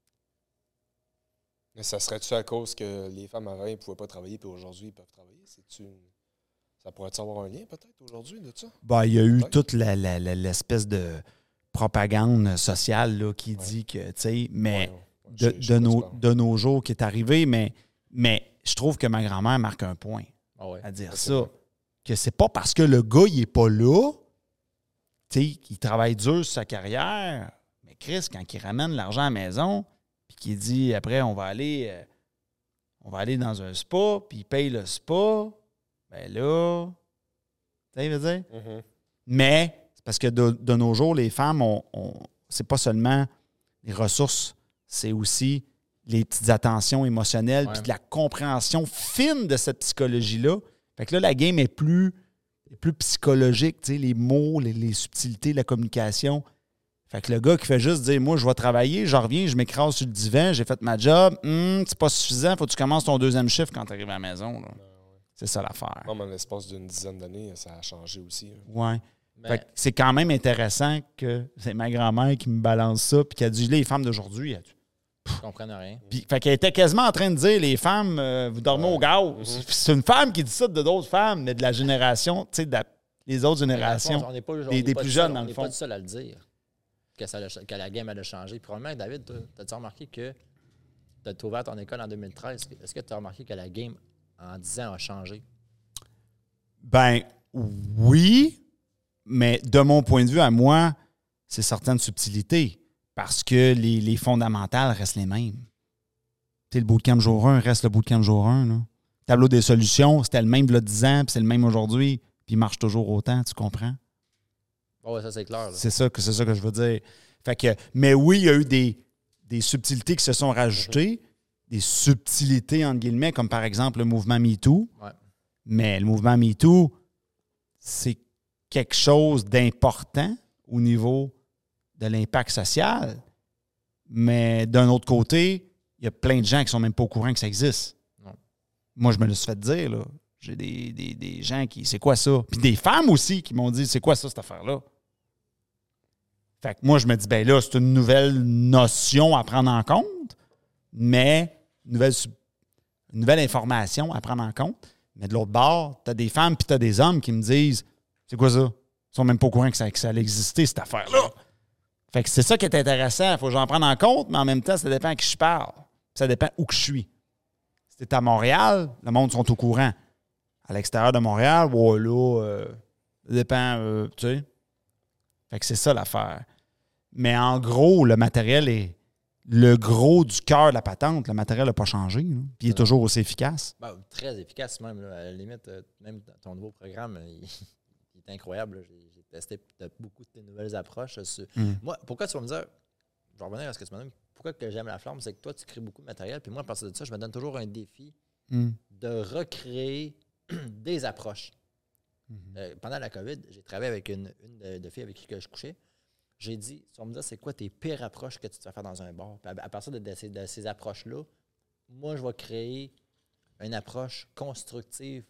Mais ça serait-tu à cause que les femmes avant, ils ne pouvaient pas travailler, puis aujourd'hui, ils peuvent travailler? C'est-tu... Ça pourrait-tu avoir un lien, peut-être, aujourd'hui, de ça? Ben, il y a eu peut-être. toute la, la, la, l'espèce de propagande sociale là, qui ouais. dit que, tu sais, mais... Ouais, ouais. De, je, je de, nos, de nos jours qui est arrivé, mais, mais je trouve que ma grand-mère marque un point oh ouais, à dire okay. ça. Que c'est pas parce que le gars, il est pas là, tu sais, qu'il travaille dur sur sa carrière, mais Chris, quand il ramène l'argent à la maison, puis qu'il dit, après, on va aller euh, on va aller dans un spa, puis il paye le spa, ben là, tu sais, il veut dire? Mm-hmm. Mais, c'est parce que de, de nos jours, les femmes, on, on, c'est pas seulement les ressources, c'est aussi les petites attentions émotionnelles ouais. puis de la compréhension fine de cette psychologie-là. Fait que là, la game est plus, est plus psychologique, tu sais, les mots, les, les subtilités, la communication. Fait que le gars qui fait juste dire « Moi, je vais travailler, je reviens, je m'écrase sur le divan, j'ai fait ma job, hum, c'est pas suffisant, faut que tu commences ton deuxième chiffre quand tu arrives à la maison. » là. C'est ça l'affaire. Non, mais en l'espace d'une dizaine d'années, ça a changé aussi. Oui. Mais... Fait que c'est quand même intéressant que c'est ma grand-mère qui me balance ça puis qui a dit « Les femmes d'aujourd'hui, elle Ils comprennent rien. Puis, fait qu'elle était quasiment en train de dire, les femmes, euh, vous dormez ouais. au gaz. Mm-hmm. C'est une femme qui dit ça de d'autres femmes, mais de la génération, tu sais, de la, les autres générations, on n'est pas, on des, des pas plus seul, jeunes, dans le fond. On n'est pas seul à le dire, que, ça a, que la game elle a changé. Probablement, David, tu as-tu remarqué que tu as ouvert ton école en deux mille treize? Est-ce que tu as remarqué que la game, en dix ans, a changé? Ben, oui, mais de mon point de vue, à moi, c'est certaines subtilités. Parce que les, les fondamentales restent les mêmes. Tu sais, le bootcamp jour un reste le bootcamp jour un. Là. Tableau des solutions, c'était le même il y a dix ans, puis c'est le même aujourd'hui, puis il marche toujours autant, tu comprends? Oh oui, ça c'est clair. Là. C'est ça, que, c'est ça que je veux dire. Fait que, mais oui, il y a eu des, des subtilités qui se sont rajoutées, mm-hmm. des subtilités, entre guillemets, comme par exemple le mouvement MeToo. Ouais. Mais le mouvement MeToo, c'est quelque chose d'important au niveau de l'impact social, mais d'un autre côté, il y a plein de gens qui ne sont même pas au courant que ça existe. Non. Moi, je me le suis fait dire, là. J'ai des, des, des gens qui... C'est quoi ça? Puis des femmes aussi qui m'ont dit, c'est quoi ça, cette affaire-là? Fait que moi, je me dis, ben là, c'est une nouvelle notion à prendre en compte, mais une nouvelle, une nouvelle information à prendre en compte. Mais de l'autre bord, tu as des femmes puis tu as des hommes qui me disent, c'est quoi ça? Ils ne sont même pas au courant que ça, que ça allait exister, cette affaire-là. Fait que c'est ça qui est intéressant. Il faut que j'en prenne en compte, mais en même temps, ça dépend à qui je parle. Ça dépend où que je suis. Si t'es à Montréal, le monde sont au courant. À l'extérieur de Montréal, ouais, là, euh, ça dépend, euh, tu sais. Fait que c'est ça l'affaire. Mais en gros, le matériel est le gros du cœur de la patente. Le matériel n'a pas changé. Là. Puis il est toujours aussi efficace. Ben, très efficace même. Là. À la limite, même ton nouveau programme, il, il est incroyable. Là. J'ai, j'ai testé beaucoup de tes nouvelles approches. Sur... Mm. Moi, pourquoi tu vas me dire, je vais revenir à ce que tu m'as dit, pourquoi que j'aime la flamme, c'est que toi, tu crées beaucoup de matériel. Puis moi, à partir de ça, je me donne toujours un défi mm. de recréer des approches. Mm-hmm. Euh, pendant la COVID, j'ai travaillé avec une, une de, de filles avec qui que je couchais. J'ai dit, tu vas me dire, c'est quoi tes pires approches que tu te fais faire dans un bar? Puis à, à partir de, de, ces, de ces approches-là, moi, je vais créer une approche constructive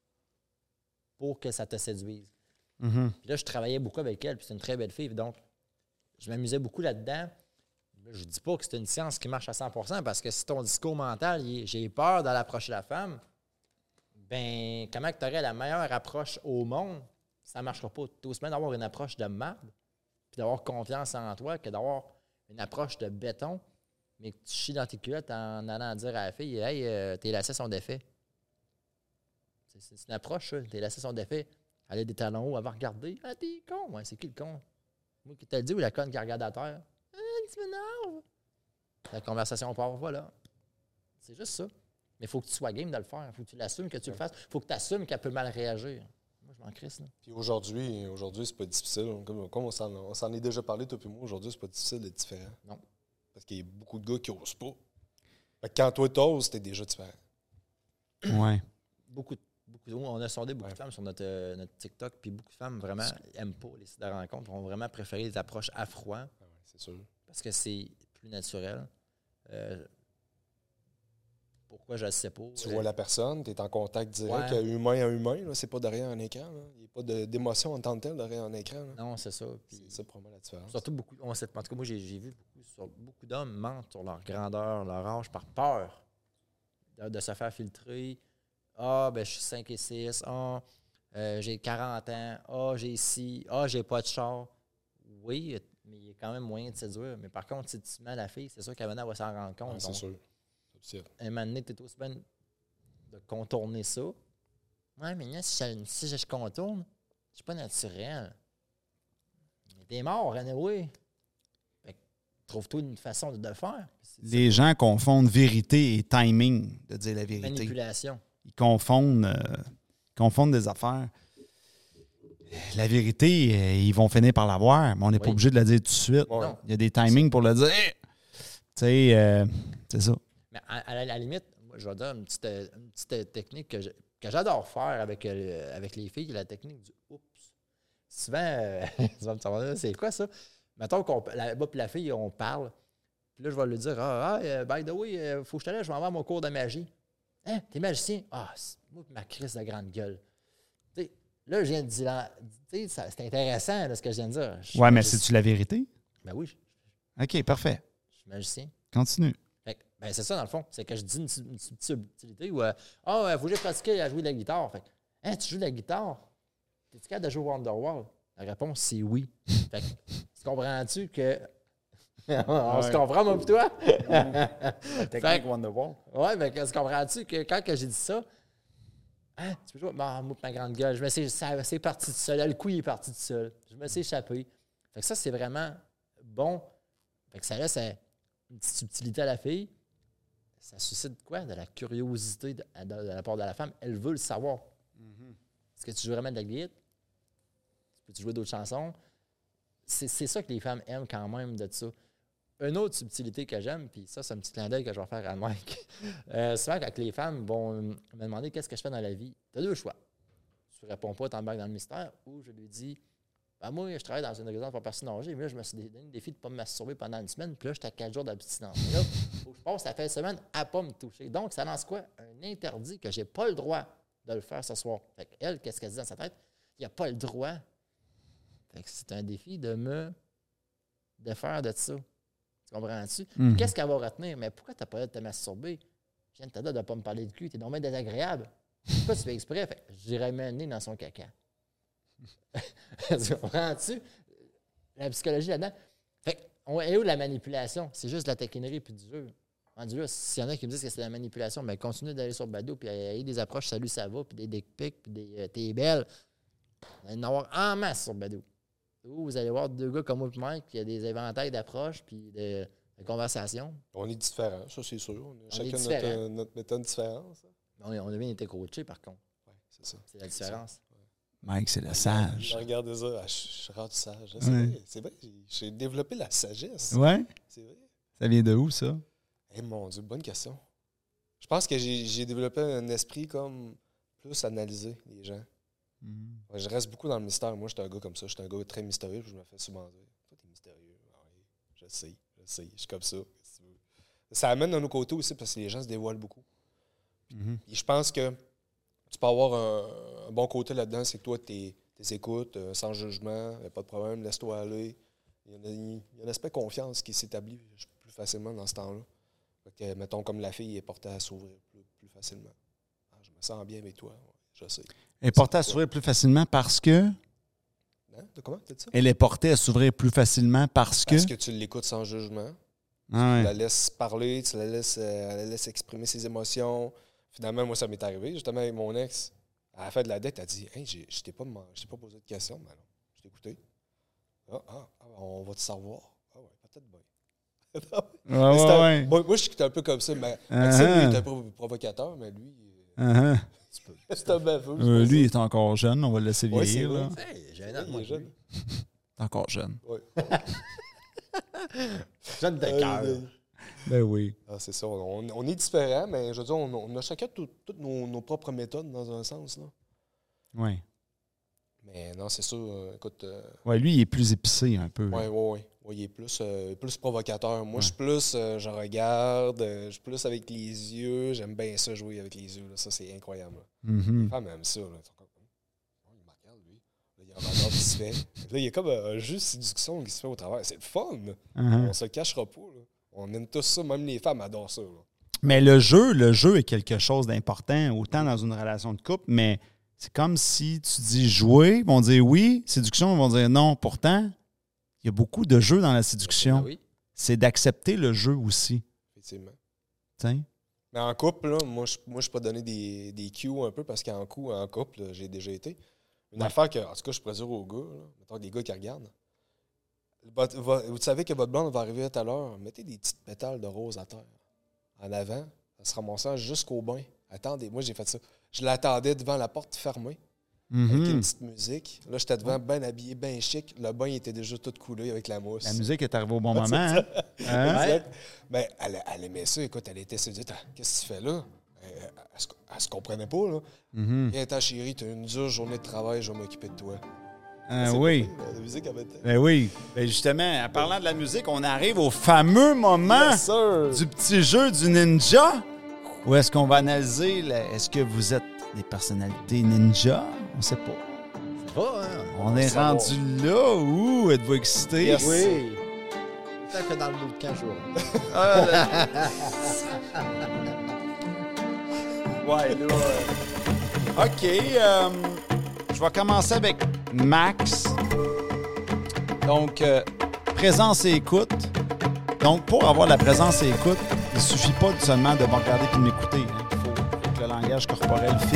pour que ça te séduise. Mm-hmm. Puis là, je travaillais beaucoup avec elle, puis c'est une très belle fille. Donc, je m'amusais beaucoup là-dedans. Je ne dis pas que c'est une science qui marche à cent pour cent, parce que si ton discours mental, il est, j'ai peur d'aller approcher la femme, ben comment tu aurais la meilleure approche au monde? Ça ne marchera pas. Tu oses même d'avoir une approche de marde, puis d'avoir confiance en toi, que d'avoir une approche de béton, mais que tu chies dans tes culottes en allant dire à la fille « Hey, euh, tes lacets sont défaits. » C'est, c'est une approche, ça. Tes lacets sont défaits. Elle a des talons hauts, elle va regarder. « Ah, t'es con! » Ouais, c'est qui le con? Moi qui te le dis ou la conne qui regarde à terre? « Ah, tu m'énerves! » La conversation part, voilà. C'est juste ça. Mais il faut que tu sois game de le faire. Il faut que tu l'assumes que tu le fasses. Il faut que tu assumes qu'elle peut mal réagir. Moi, je m'en crisse, là. Puis aujourd'hui, aujourd'hui, c'est pas difficile. Comme, comme on, s'en, on s'en est déjà parlé, toi et moi, aujourd'hui, c'est pas difficile d'être différent. Non. Parce qu'il y a beaucoup de gars qui osent pas. Fait que quand toi, t'oses, t'es déjà différent. Ouais. beaucoup, beaucoup de- on a sondé beaucoup Ouais. de femmes sur notre, euh, notre TikTok, puis beaucoup de femmes vraiment n'aiment pas les sites de rencontres, vont vraiment préférer les approches à froid Ah ouais, c'est sûr. parce que c'est plus naturel. Euh, pourquoi, je ne sais pas. Tu Euh, vois la personne, tu es en contact direct, Ouais. humain à humain. Là, c'est pas derrière un écran. là. Il n'y a pas de- d'émotion en tant que telle derrière un écran. là. Non, c'est ça. Puis, C'est ça, probablement, la différence. surtout beaucoup, on sait, en tout cas, moi, j'ai j'ai vu beaucoup, sur, beaucoup d'hommes mentent sur leur grandeur, leur âge, par peur de, de se faire filtrer. Ah, ben, je suis cinq et six. Ah, euh, j'ai quarante ans. Ah, j'ai ci. Ah, j'ai pas de char. Oui, mais il y a quand même moyen de séduire. Mais par contre, si tu mets à la fille, c'est sûr qu'elle va s'en rendre compte. Ouais, c'est Donc, sûr. C'est sûr. un moment donné, tu es aussi bien de contourner ça. Ouais, mais là, si je, si je contourne, je suis pas naturel. Mais t'es mort, anyway. Fait que trouve-toi une façon de le faire. C'est Les gens confondent vérité et timing de dire la vérité. manipulation. Ils confondent, euh, ils confondent des affaires. La vérité, euh, ils vont finir par l'avoir, mais on n'est pas Oui. obligé de la dire tout de suite. Ouais. Non. Il y a des timings pour le dire. Tu sais, euh, c'est ça. Mais à, à la, à la limite, moi, je vais dire une petite, euh, une petite euh, technique que je- que j'adore faire avec, euh, avec les filles, la technique du oups. Souvent, euh, tu vas me savoir, c'est quoi ça? Mettons qu'on la, moi et la fille, on parle. Puis là, je vais lui dire, ah, ah, euh, by the way, euh, faut que je te laisse, je vais avoir mon cours de magie. Hein, t'es magicien? Ah, c'est moi et ma crise de grande gueule. Tu sais, là, je viens de dire, là, tu sais, ça- c'est intéressant là, ce que je viens de dire. Je suis Ouais, mais magicien. c'est-tu la vérité? Ben oui, je, OK, parfait. je suis magicien. Continue. Fait que, ben c'est ça, dans le fond. C'est que je dis une, su- une subtilité où, ah, oh, il faut que j'ai pratiqué à jouer de la guitare. Fait que, hein, tu joues de la guitare? T'es-tu capable de jouer Wonderwall? La réponse, c'est oui. Fait que, tu comprends-tu que. On se Ouais. comprend, moi, pis toi? Technique Wonderwall. Ouais, mais que- tu comprends-tu que quand que j'ai dit ça, hein, tu peux jouer? Bon, moi, pis ma grande gueule, je me suis, ça, c'est parti tout seul. Le coup, il est parti tout seul. Je me suis échappé. Fait que ça, c'est vraiment bon. Fait que ça laisse euh, une petite subtilité à la fille. Ça suscite quoi? De la curiosité de, de- de la part de la femme. Elle veut le savoir. Est-ce que tu joues vraiment de la guitare? Peux-tu jouer d'autres chansons? C'est, c'est ça que les femmes aiment quand même de ça. Une autre subtilité que j'aime, puis ça, c'est un petit clin d'œil que je vais faire à Mike. Euh, souvent, quand les femmes vont me demander qu'est-ce que je fais dans la vie, tu as deux choix. Tu ne réponds pas, tu embarques dans le mystère, ou je lui dis, ben moi, je travaille dans une résidence pour personnes âgées, mais là, je me suis donné le défi de ne pas me masturber pendant une semaine, puis là, j'étais à quatre jours d'abstinence. Et là, faut que je passe la fin de semaine à ne pas me toucher. Donc, ça lance quoi? Un interdit que je n'ai pas le droit de le faire ce soir. Fait elle, qu'est-ce qu'elle dit dans sa tête? Il n'y a pas le droit. Fait que c'est un défi de me défaire de ça. Tu comprends-tu? Mhm. Qu'est-ce qu'elle va retenir? Mais pourquoi tu n'as pas l'air de te masturber? Je viens de te dire de ne pas me parler de cul. Tu es normalement désagréable. Pourquoi tu fais exprès? Fait que j'irais mener dans son caca. Tu comprends-tu? La psychologie là-dedans. Fait que, on est où la manipulation? C'est juste de la taquinerie puis du jeu. Rendu là, s'il y en a qui me disent que c'est de la manipulation, bien, continue d'aller sur Badoo puis ayez des approches salut, ça va, puis des dick pics, puis des euh, t'es belle. Vous allez en avoir en masse sur Badoo. Où vous allez voir deux gars comme moi et Mike, puis il y a des éventails d'approches, puis de, de conversations. On est différents, ça, c'est sûr. On a On chacun est notre, différents. euh, notre méthode différente. ça. On, est- on a bien été coachés, par contre. Ouais, c'est ça. C'est la différence. Mike, c'est le sage. Regardez ça, ah, je je suis rendu sage. hein, C'est Ouais. vrai, c'est vrai. j'ai- J'ai développé la sagesse. Ouais? C'est vrai. Ça vient de où, ça? Eh mon Dieu, bonne question. Je pense que j'ai j'ai développé un esprit comme plus analysé les gens. Ouais, je reste beaucoup dans le mystère. Moi, je suis un gars comme ça. Je suis un gars très mystérieux. Puis je me fais souvent dire toi, t'es mystérieux. Ah oui, je sais, je sais. Je suis comme ça. Qu'est-ce que tu veux? Ça amène d'un autre côté aussi parce que les gens se dévoilent beaucoup. Mhm. Et je pense que tu peux avoir un, un bon côté là-dedans, c'est que toi, tu écoutes euh, sans jugement, y a pas de problème, laisse-toi aller. Il y, a, il y a un aspect confiance qui s'établit plus facilement dans ce temps-là. Fait que, mettons, comme la fille est portée à s'ouvrir plus, plus facilement. Ah, je me sens bien avec toi, ouais, je sais. Elle est portée à s'ouvrir plus facilement parce que... Hein? De comment tu as dit ça? Elle est portée à s'ouvrir plus facilement parce que... Parce que tu l'écoutes sans jugement. Ah Tu ouais. la laisses parler, tu la laisses, euh, elle la laisses exprimer ses émotions. Finalement, moi, ça m'est arrivé, justement, avec mon ex. À la fin de la dette, elle a dit « Hey, j'ai- je t'ai pas, demandé- je t'ai pas posé de questions. » Ben non, je t'ai écouté. Ah, ah, ah, on va te savoir. Ah ouais, peut-être bien. Ouais, Mais ouais, c'est un- ouais. moi, moi, je suis un peu comme ça. Mais Maxime, Uh-huh. lui, il est un peu provocateur, mais lui, Uh-huh. c'est un baveux. Euh, lui, il est encore jeune. On va le laisser Ouais, vieillir. c'est là. vrai. Hey, j'ai un Ouais, an de il moins est que jeune. lui. Il est encore jeune. Ouais. Jeune de Euh, cœur. euh, Ben oui. Ah, c'est ça. On, on est différents, mais je veux dire, on, on a chacun tout- toutes nos, nos propres méthodes dans un sens. Là. Oui. Mais non, c'est sûr. euh, écoute. Euh, Ouais, lui, il est plus épicé un peu. ouais, ouais, ouais. Ouais, il est plus, euh, plus provocateur. Moi, je suis plus, euh, je regarde, euh, je suis plus avec les yeux. J'aime bien ça, jouer avec les yeux. Là. Ça, c'est incroyable. Là. Mhm. Les femmes aiment ça. Là. Ils sont comme, oh, il me regarde, lui. Là, il y a un regard qui se fait. Là, il y a comme un jeu de séduction qui se fait au travers. C'est le fun. Uh-huh. On se le cachera pas. Là. On aime tous ça. Même les femmes adorent ça. Là. Mais le jeu, le jeu est quelque chose d'important, autant dans une relation de couple, mais c'est comme si tu dis jouer, ils vont dire oui, séduction, ils vont dire non. Pourtant, il y a beaucoup de jeux dans la séduction. Ah oui. C'est d'accepter le jeu aussi. Effectivement. T'sais? Mais en couple, là, moi, je moi, je peux donner des, des cues un peu parce qu'en coup, en couple, là, j'ai déjà été. Une Ouais. affaire que, en tout cas, je pourrais dire aux gars, là, mettons des gars qui regardent. Votre- va- vous savez que votre blonde va arriver tout à l'heure, mettez des petites pétales de rose à terre. En avant, ça se ramassant jusqu'au bain. Attendez, moi, j'ai fait ça. Je l'attendais devant la porte fermée. Avec Mhm. une petite musique. Là, j'étais devant, bien habillé, bien chic. Le bain était déjà tout coulé avec la mousse. La musique est arrivée au bon moment. Hein? Hein? Exact. Ben, elle, elle aimait ça. Écoute, elle était séduite. Ah, qu'est-ce que tu fais là? Elle, elle, se- elle se comprenait pas, là. Mhm. Viens, ta chérie, t'as une dure journée de travail, je vais m'occuper de toi. Ah C'est oui. pas pire, la musique avait été. Ben oui. Ben justement, en parlant de la musique, on arrive au fameux moment Yes, sir. du petit jeu du ninja. Où est-ce qu'on va analyser, la- est-ce que vous êtes des personnalités ninja? On sait pas. C'est pas, hein? On est savoir. rendu là. Ouh, êtes-vous excité? Yes. Oui. Tant que dans le bootcamp, je vois. Ouais, là. euh, OK. euh, je vais commencer avec Max. Donc, euh, présence et écoute. Donc, pour avoir de la présence et écoute, il suffit pas seulement de me regarder et de m'écouter. Hein. Il faut, faut que le langage corporel fit.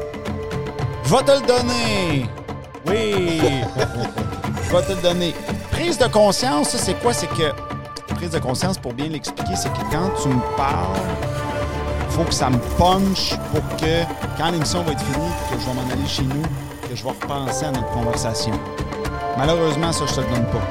Je vais te le donner. Oui. Je vais te le donner. Prise de conscience, ça, c'est quoi? C'est que, prise de conscience, pour bien l'expliquer, c'est que quand tu me parles, il faut que ça me punch pour que, quand l'émission va être finie, que je vais m'en aller chez nous, que je vais repenser à notre conversation. Malheureusement, ça, je te le donne pas.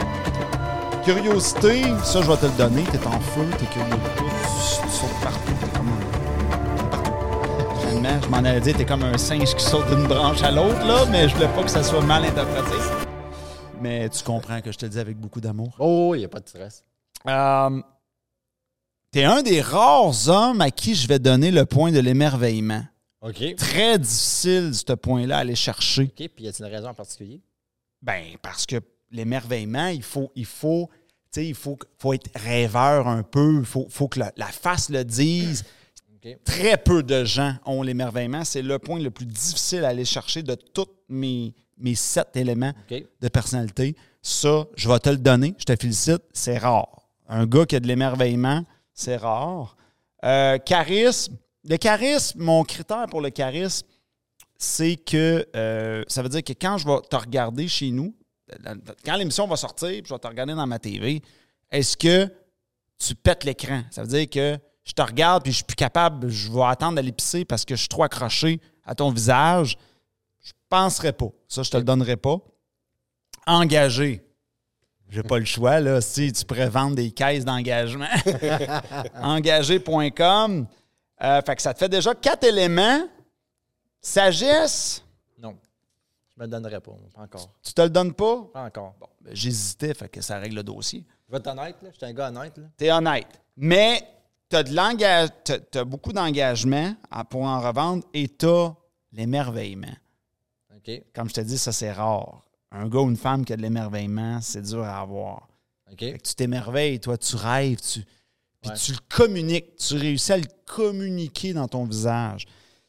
Curiosité, ça, je vais te le donner. T'es en feu, t'es curieux de tout, tu, tu sautes partout. T'es comme un... partout. Finalement, je m'en allais dire, t'es comme un singe qui saute d'une branche à l'autre, là, mais je voulais pas que ça soit mal interprété. Mais tu comprends que je te le dis avec beaucoup d'amour. Oh, il n'y a pas de stress. Euh, t'es un des rares hommes à qui je vais donner le point de l'émerveillement. OK. Très difficile, ce point-là, à aller chercher. OK, puis y a-t-il une raison en particulier? Ben, parce que l'émerveillement, il faut, il faut, tu sais, il faut, faut être rêveur un peu. Il faut, faut que la, la face le dise. OK. Très peu de gens ont l'émerveillement. C'est le point le plus difficile à aller chercher de tous mes, mes sept éléments OK. de personnalité. Ça, je vais te le donner. Je te félicite. C'est rare. Un gars qui a de l'émerveillement, c'est rare. Euh, charisme. Le charisme, mon critère pour le charisme, c'est que euh, ça veut dire que quand je vais te regarder chez nous, quand l'émission va sortir, puis je vais te regarder dans ma T V, est-ce que tu pètes l'écran? Ça veut dire que je te regarde puis je suis plus capable, je vais attendre d'aller pisser parce que je suis trop accroché à ton visage. Je penserais pas. Ça, je te le donnerais pas. Engagé. J'ai pas le choix, là. Si tu pourrais vendre des caisses d'engagement. Engagé point com. Euh, fait que ça te fait déjà quatre éléments. Sagesse, Non. Je me le donnerai pas, pas encore. tu te le donnes pas? Pas encore. Bon, ben, j'hésitais, fait que ça règle le dossier. Je vais être honnête, là. Je suis un gars honnête, là. T'es honnête. Mais t'as de l'engage, t'as, t'as beaucoup d'engagement à- pour en revendre et t'as l'émerveillement. OK. Comme je te dis, ça, c'est rare. Un gars ou une femme qui a de l'émerveillement, c'est dur à avoir. OK. Fait que tu t'émerveilles, toi, tu rêves, tu, puis Ouais. tu le communiques. Tu réussis à le communiquer dans ton visage.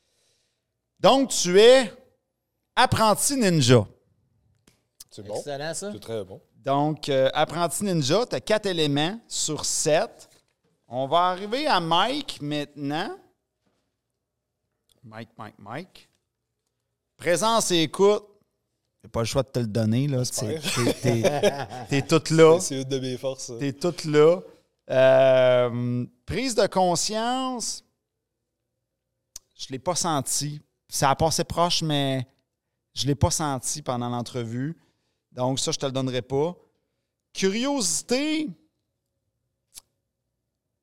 Donc, tu es apprenti ninja. C'est bon. Excellent, ça. C'est très bon. Donc, euh, apprenti ninja, tu as quatre éléments sur sept. On va arriver à Mike maintenant. Mike, Mike, Mike. Présence et écoute. J'ai pas le choix de te le donner, là. T'es, t'es, t'es, t'es tout là. C'est une de mes forces. ça. T'es tout là. Euh, prise de conscience, je l'ai pas senti. Ça a passé proche, mais je l'ai pas senti pendant l'entrevue. Donc, ça, je te le donnerai pas. Curiosité,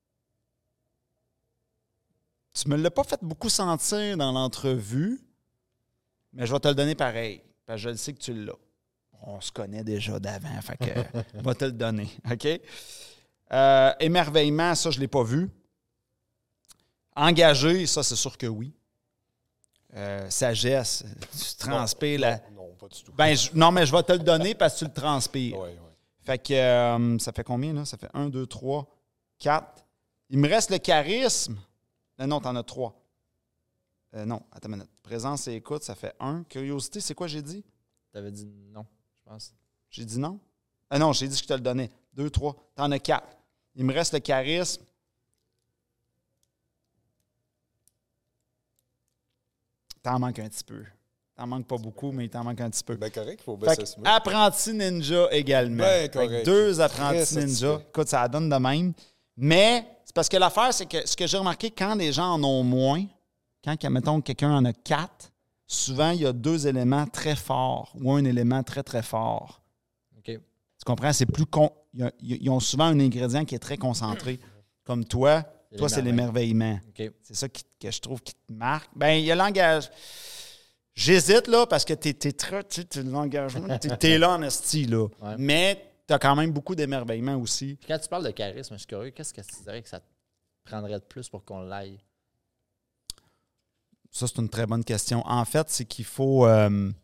tu me l'as pas fait beaucoup sentir dans l'entrevue, mais je vais te le donner pareil, parce que je le sais que tu l'as. On se connaît déjà d'avant, fait que je vais te le donner, OK? Euh, émerveillement, ça, je ne l'ai pas vu. Engagé, ça, c'est sûr que oui. Euh, sagesse, tu transpires non, la... Non, non, pas du tout. Ben, je, non, mais je vais te le donner parce que tu le transpires. Oui, oui. Fait que euh, ça fait combien, là? Ça fait un, deux, trois, quatre. Il me reste le charisme. Euh, non, t'en as trois. Euh, non, attends une minute. Présence et écoute, ça fait un. Curiosité, c'est quoi j'ai dit? Tu avais dit non, je pense. J'ai dit non? Ah non, j'ai dit que je te le donnais. Deux, trois. T'en as quatre. Il me reste le charisme. T'en manques un petit peu. T'en manques pas beaucoup, mais il t'en manque un petit peu. Ben correct, il faut Fait baisser que ce apprenti ninja également. Ben Fait que correct. deux Très apprentis ninja. satisfait. Écoute, ça la donne de même. Mais c'est parce que l'affaire, c'est que ce que j'ai remarqué, quand les gens en ont moins, quand, mettons, quelqu'un en a quatre, souvent, il y a deux éléments très forts ou un élément très, très fort. OK. Tu comprends? C'est plus con... Ils ont souvent un ingrédient qui est très concentré. Comme toi, C'est toi, c'est l'émerveillement. l'émerveillement. OK. C'est ça qui, que je trouve qui te marque. Ben, il y a l'engagement. J'hésite, là, parce que t'es, t'es très... Tu sais, l'engagement, t'es, t'es là en esti, là. Ouais. Mais t'as quand même beaucoup d'émerveillement aussi. Puis quand tu parles de charisme, je suis curieux, qu'est-ce que tu dirais que ça te prendrait de plus pour qu'on l'aille? Ça, c'est une très bonne question. En fait, c'est qu'il faut... euh,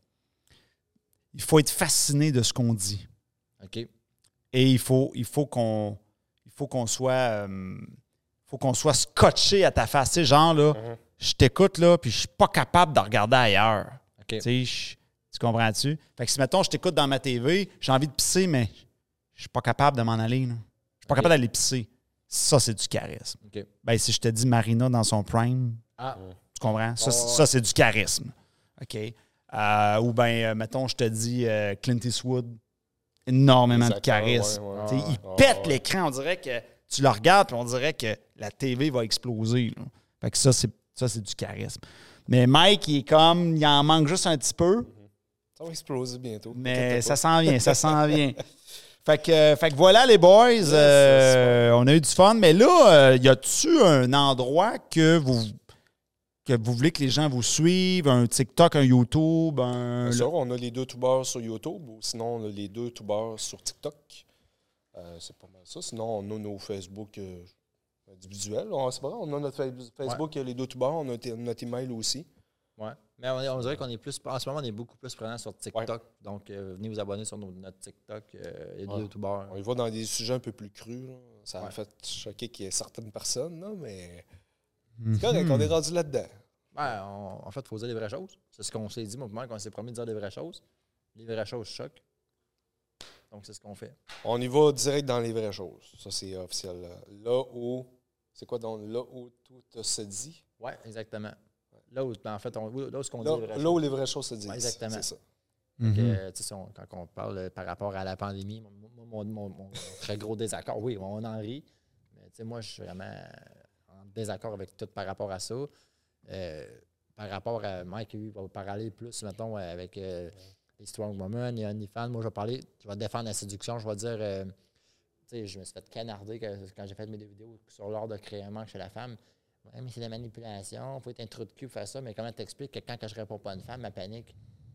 il faut être fasciné de ce qu'on dit. OK. Et il faut, il faut qu'on... Il faut qu'on soit... euh, faut qu'on soit scotché à ta face. Tu sais, genre, là, Mhm. je t'écoute, là, puis je suis pas capable de regarder ailleurs. OK. Tu sais, je- tu comprends-tu? Fait que si, mettons, je t'écoute dans ma T V, j'ai envie de pisser, mais je suis pas capable de m'en aller, là. Je suis pas OK. capable d'aller pisser. Ça, c'est du charisme. OK. Ben, si je te dis Marina dans son prime, Ah, tu comprends? Ça, Ouais, c'est- ouais. ça, c'est du charisme. OK? Euh, ou bien, mettons, je te dis euh, Clint Eastwood, énormément Les de acteurs, charisme. ouais, ouais. Tu sais, il Ah, pète ouais. l'écran. On dirait que tu le regardes, puis on dirait que la T V va exploser, là. Fait que ça, c'est, ça, c'est du charisme. Mais Mike, il est comme, il en manque juste un petit peu, Ça va exploser bientôt. mais T'inquiète ça pas. s'en vient, ça s'en vient. Fait que, euh, fait que voilà, les boys, euh, on a eu du fun. Mais là, euh, y a-tu un endroit que vous, que vous voulez que les gens vous suivent? Un TikTok, un YouTube? Un... Bien sûr, on a les deux tubeurs sur YouTube ou sinon on a les deux tubeurs sur TikTok. Euh, c'est pas mal ça. Sinon, on a nos Facebook euh, individuels. On, c'est pas vrai, on a notre fa- Facebook, les deux tubeurs, on a t- notre email aussi. ouais. Mais on, est- on dirait qu'on est plus. En ce moment, on est beaucoup plus prenant sur TikTok. Donc, euh, venez vous abonner sur nos- notre TikTok, euh, les Ouais. YouTubeurs. On y va dans des sujets un peu plus crus. là. Ça a Ouais. fait choquer qu'il y ait certaines personnes, là, mais Mhm. c'est correct, on est rendu là-dedans. Ouais, on- en fait, il faut dire les vraies choses. C'est ce qu'on s'est dit, moi, quand on s'est promis de dire les vraies choses. Les vraies choses choquent. Donc, c'est ce qu'on fait. On y va direct dans les vraies choses. Ça, c'est officiel. Là où. C'est quoi donc là où tout se dit? Oui, exactement. Là où, ben, en fait, on, là où ce qu'on dit Là, les vraies là choses. où les vraies choses se disent. Ouais, exactement. C'est ça. Mhm. Que, euh, tu sais, si on- quand on parle euh, par rapport à la pandémie, mon, mon- mon- mon très gros désaccord, oui, on en rit, mais tu sais, moi, je suis vraiment en désaccord avec tout par rapport à ça. Euh, par rapport à Mike, lui, va parler plus, mettons, avec euh, les Strong Women, les OnlyFans. Moi, je vais parler, je vais défendre la séduction, je vais dire, euh, tu sais, je me suis fait canarder quand, quand j'ai fait mes deux vidéos sur l'art de créer un manque chez la femme. Ouais, mais c'est de la manipulation, il faut être un trou de cul pour faire ça, mais comment t'expliques que quand que je réponds pas à une femme, elle panique?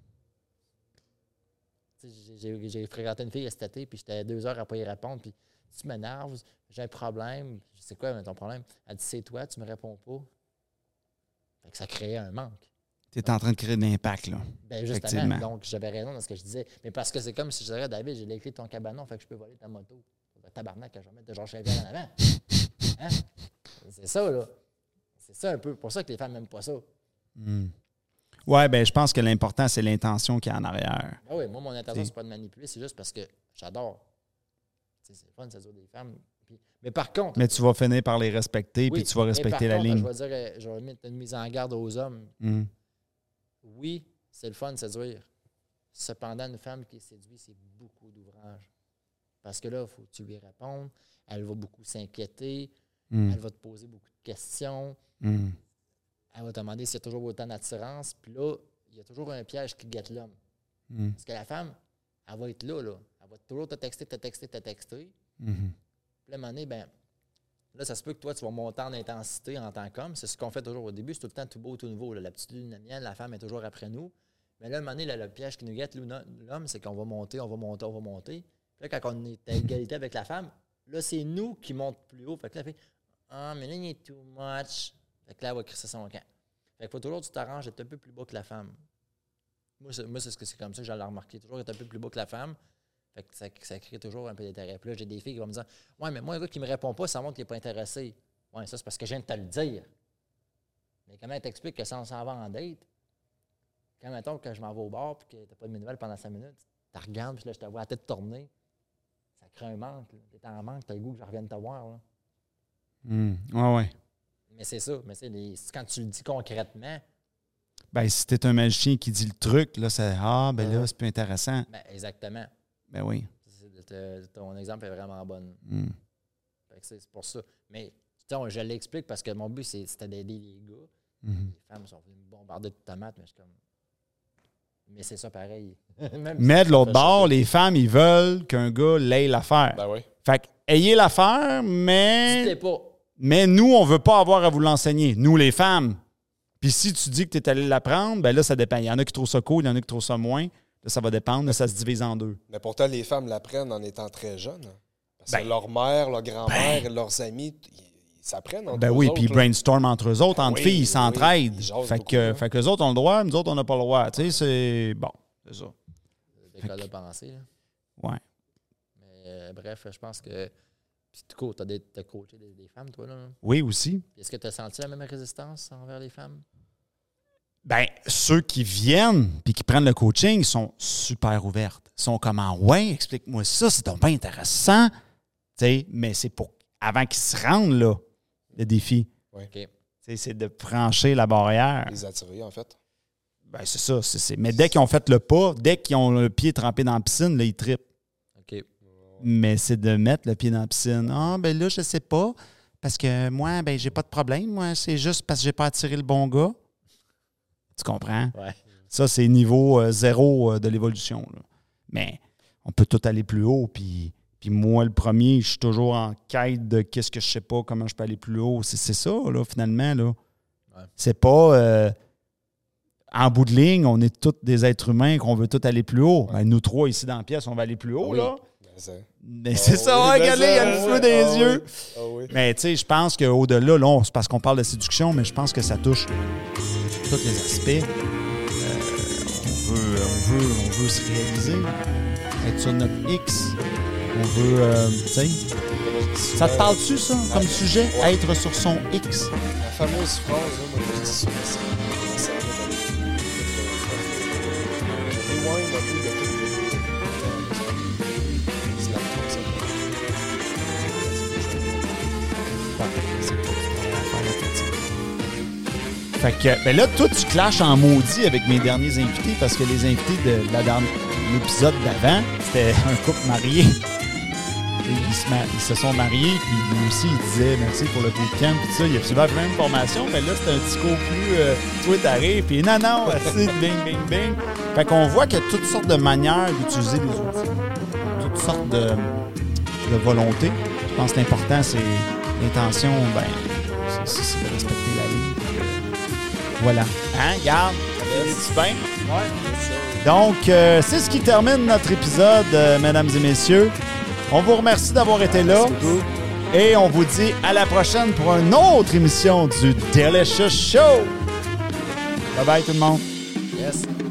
Tu sais, J'ai, j'ai, j'ai fréquenté une fille cet été, puis j'étais deux heures à pas y répondre, puis tu m'énerves, j'ai un problème. Je sais quoi, mais ton problème? Elle dit, c'est toi, tu me réponds pas. Fait que ça créait un manque. Tu es en train de créer de l'impact, là. Ben justement, Effectivement. donc j'avais raison dans ce que je disais. Mais parce que c'est comme si je dirais, David, j'ai les clés de ton cabanon, fait que je peux voler ta moto. Ben, tabarnak, que je vais mettre de Georges Saint-Pierre en avant. Hein? C'est ça, là. C'est ça un peu. Pour ça que les femmes n'aiment pas ça. Mm. Ouais, ben je pense que l'important, c'est l'intention qu'il y a en arrière. Ben oui, moi, mon intention, C'est- c'est pas de manipuler, c'est juste parce que j'adore. Tu sais, c'est fun, ça dure des femmes. Puis- mais par contre. Mais tu vas finir par les respecter, oui, puis tu vas mais respecter par la contre, ligne. Je vais dire, euh, je vais mettre une mise en garde aux hommes. Mm. Oui, c'est le fun de séduire. Cependant, une femme qui est séduite, c'est beaucoup d'ouvrage. Parce que là, il faut que tu lui répondes. Elle va beaucoup s'inquiéter. Mm. Elle va te poser beaucoup de questions. Mm. Elle va te demander s'il y a toujours autant d'attirance. Puis là, il y a toujours un piège qui guette l'homme. Mm. Parce que la femme, elle va être là, là. Elle va toujours te texter, te texter, te texter. Mhm. Puis là, à un moment donné, ben, Là, ça se peut que toi, tu vas monter en intensité en tant qu'homme. C'est ce qu'on fait toujours au début. C'est tout le temps tout beau, tout nouveau. Là. La petite lune de miel, la femme est toujours après nous. Mais là, à un moment donné, là, le piège qui nous guette, l'homme, c'est qu'on va monter, on va monter, on va monter. Puis là, quand on est à égalité avec la femme, là, c'est nous qui montons plus haut. Fait que là, elle fait « Ah, mais là, il est too much. » Fait que là, elle va crisser son camp. Fait qu'il faut toujours que tu t'arranges d'être un peu plus bas que la femme. Moi, c'est, moi, c'est, ce que c'est comme ça que j'allais remarquer. Toujours être un peu plus bas que la femme. Fait que ça, ça crée toujours un peu d'intérêt. Puis là, j'ai des filles qui vont me dire « Ouais, mais moi, un gars qui me répond pas, ça montre qu'il n'est pas intéressé. » Ouais, ça, c'est parce que je viens de te le dire. Mais comment t'expliques que ça, on s'en va en date? Quand, mettons, que je m'en vais au bar et que t'as pas de mes nouvelles pendant cinq minutes, tu regardes, puis là, je te vois la tête tourner. Ça crée un manque. Tu es en manque, tu as le goût que je revienne te voir. Là. Mmh. Ouais, ouais. Mais c'est ça. Mais c'est les, quand tu le dis concrètement. Ben, si t'es un magicien qui dit le truc, là, c'est ah, ben là, c'est plus intéressant. Ben, exactement. Ben oui. C'est, ton exemple est vraiment bon. Mmh. Fait que c'est, c'est pour ça. Mais je l'explique parce que mon but, c'est, c'était d'aider les gars. Mmh. Les femmes sont venues me bombarder de tomates, mais je suis comme. Mais c'est ça pareil. Même Mais si de l'autre bord, choquer. les femmes, ils veulent qu'un gars l'aie l'affaire. Ben oui. Fait que, ayez l'affaire, mais. Dites-les pas. Mais nous, on veut pas avoir à vous l'enseigner. Nous, les femmes. Puis si tu dis que tu es allé l'apprendre, ben là, ça dépend. Il y en a qui trouvent ça cool, il y en a qui trouvent ça moins. Là, ça va dépendre. Là, ça se divise en deux. Mais pourtant, les femmes l'apprennent en étant très jeunes. Parce que Ben, leur mère, leur grand-mère, ben, leurs amis, ils, ils s'apprennent entre Ben eux oui, autres, puis ils là. brainstorment entre eux autres, entre Oui, filles, ils oui, s'entraident. ils jasent fait, beaucoup, que, hein. fait que les autres ont le droit, nous autres, on n'a pas le droit. Tu sais, c'est. Bon, c'est ça. C'est l'école de pensée. Là. Ouais. Mais euh, bref, je pense que. Puis du coup, tu as coaché des, des femmes, toi, là. Oui, aussi. Est-ce que tu as senti la même résistance envers les femmes? Ben, ceux qui viennent puis qui prennent le coaching, ils sont super ouvertes. Ils sont comme en ouais, explique-moi ça, c'est donc bien intéressant. Tu sais, mais c'est pour avant qu'ils se rendent là, le défi. Oui. OK. T'sais, c'est de franchir la barrière. Les attirer, en fait. Ben, c'est ça. C'est, c'est... Mais dès qu'ils ont fait le pas, dès qu'ils ont le pied trempé dans la piscine, là, ils trippent. OK. Mais c'est de mettre le pied dans la piscine. Ah, ben là, je sais pas. Parce que moi, ben, j'ai pas de problème. Moi, c'est juste parce que j'ai pas attiré le bon gars. Tu comprends? Ouais. Ça, c'est niveau euh, zéro euh, de l'évolution. Là. Mais on peut tout aller plus haut. Puis, puis moi, le premier, je suis toujours en quête de qu'est-ce que je sais pas, comment je peux aller plus haut. C'est, c'est ça, là, finalement. Là. Ouais. C'est pas... Euh, en bout de ligne, on est tous des êtres humains qu'on veut tous aller plus haut. Ouais. Ben, nous trois, ici, dans la pièce, on va aller plus haut, Oui. là. Ben, c'est Mais c'est Ah ça, oui, ouais, ben regardez, il y a le ça, feu dans les ah yeux. oui. Ah oui. Mais tu sais, je pense qu'au-delà, là, on- c'est parce qu'on parle de séduction, mais je pense que ça touche tous les aspects. Euh, on, veut, on, veut, on veut se réaliser, être sur notre X. On veut, euh, tu sais... Ça te parle-tu, ça, comme sujet? Ouais. Être sur son X? La fameuse phrase, là, moi, je dis ça, c'est- c'est- c'est- rewind un peu de tout. C'est la Fait que, ben là, toi, tu clashes en maudit avec mes derniers invités parce que les invités de, la dernière, l'épisode d'avant, c'était un couple marié. Et ils, se, ma- ils se sont mariés, puis lui aussi, il disait merci pour le bootcamp, puis tout ça. Il a suivi la même formation, mais là, c'était un petit coup plus. Euh, toi, t'arrives, puis non, non, c'est bing, bing, bing. Fait qu'on voit qu'il y a toutes sortes de manières d'utiliser les outils, toutes sortes de, de volontés. Je pense que l'important, c'est l'intention, ben, c'est, c'est- c'est de respecter la ligne. Puis, euh, voilà. Hein, garde, tu bien? Ouais, c'est ça. Donc, euh, c'est ce qui termine notre épisode, euh, mesdames et messieurs. On vous remercie d'avoir été là. Et on vous dit à la prochaine pour une autre émission du Delicious Show. Bye bye tout le monde. Yes.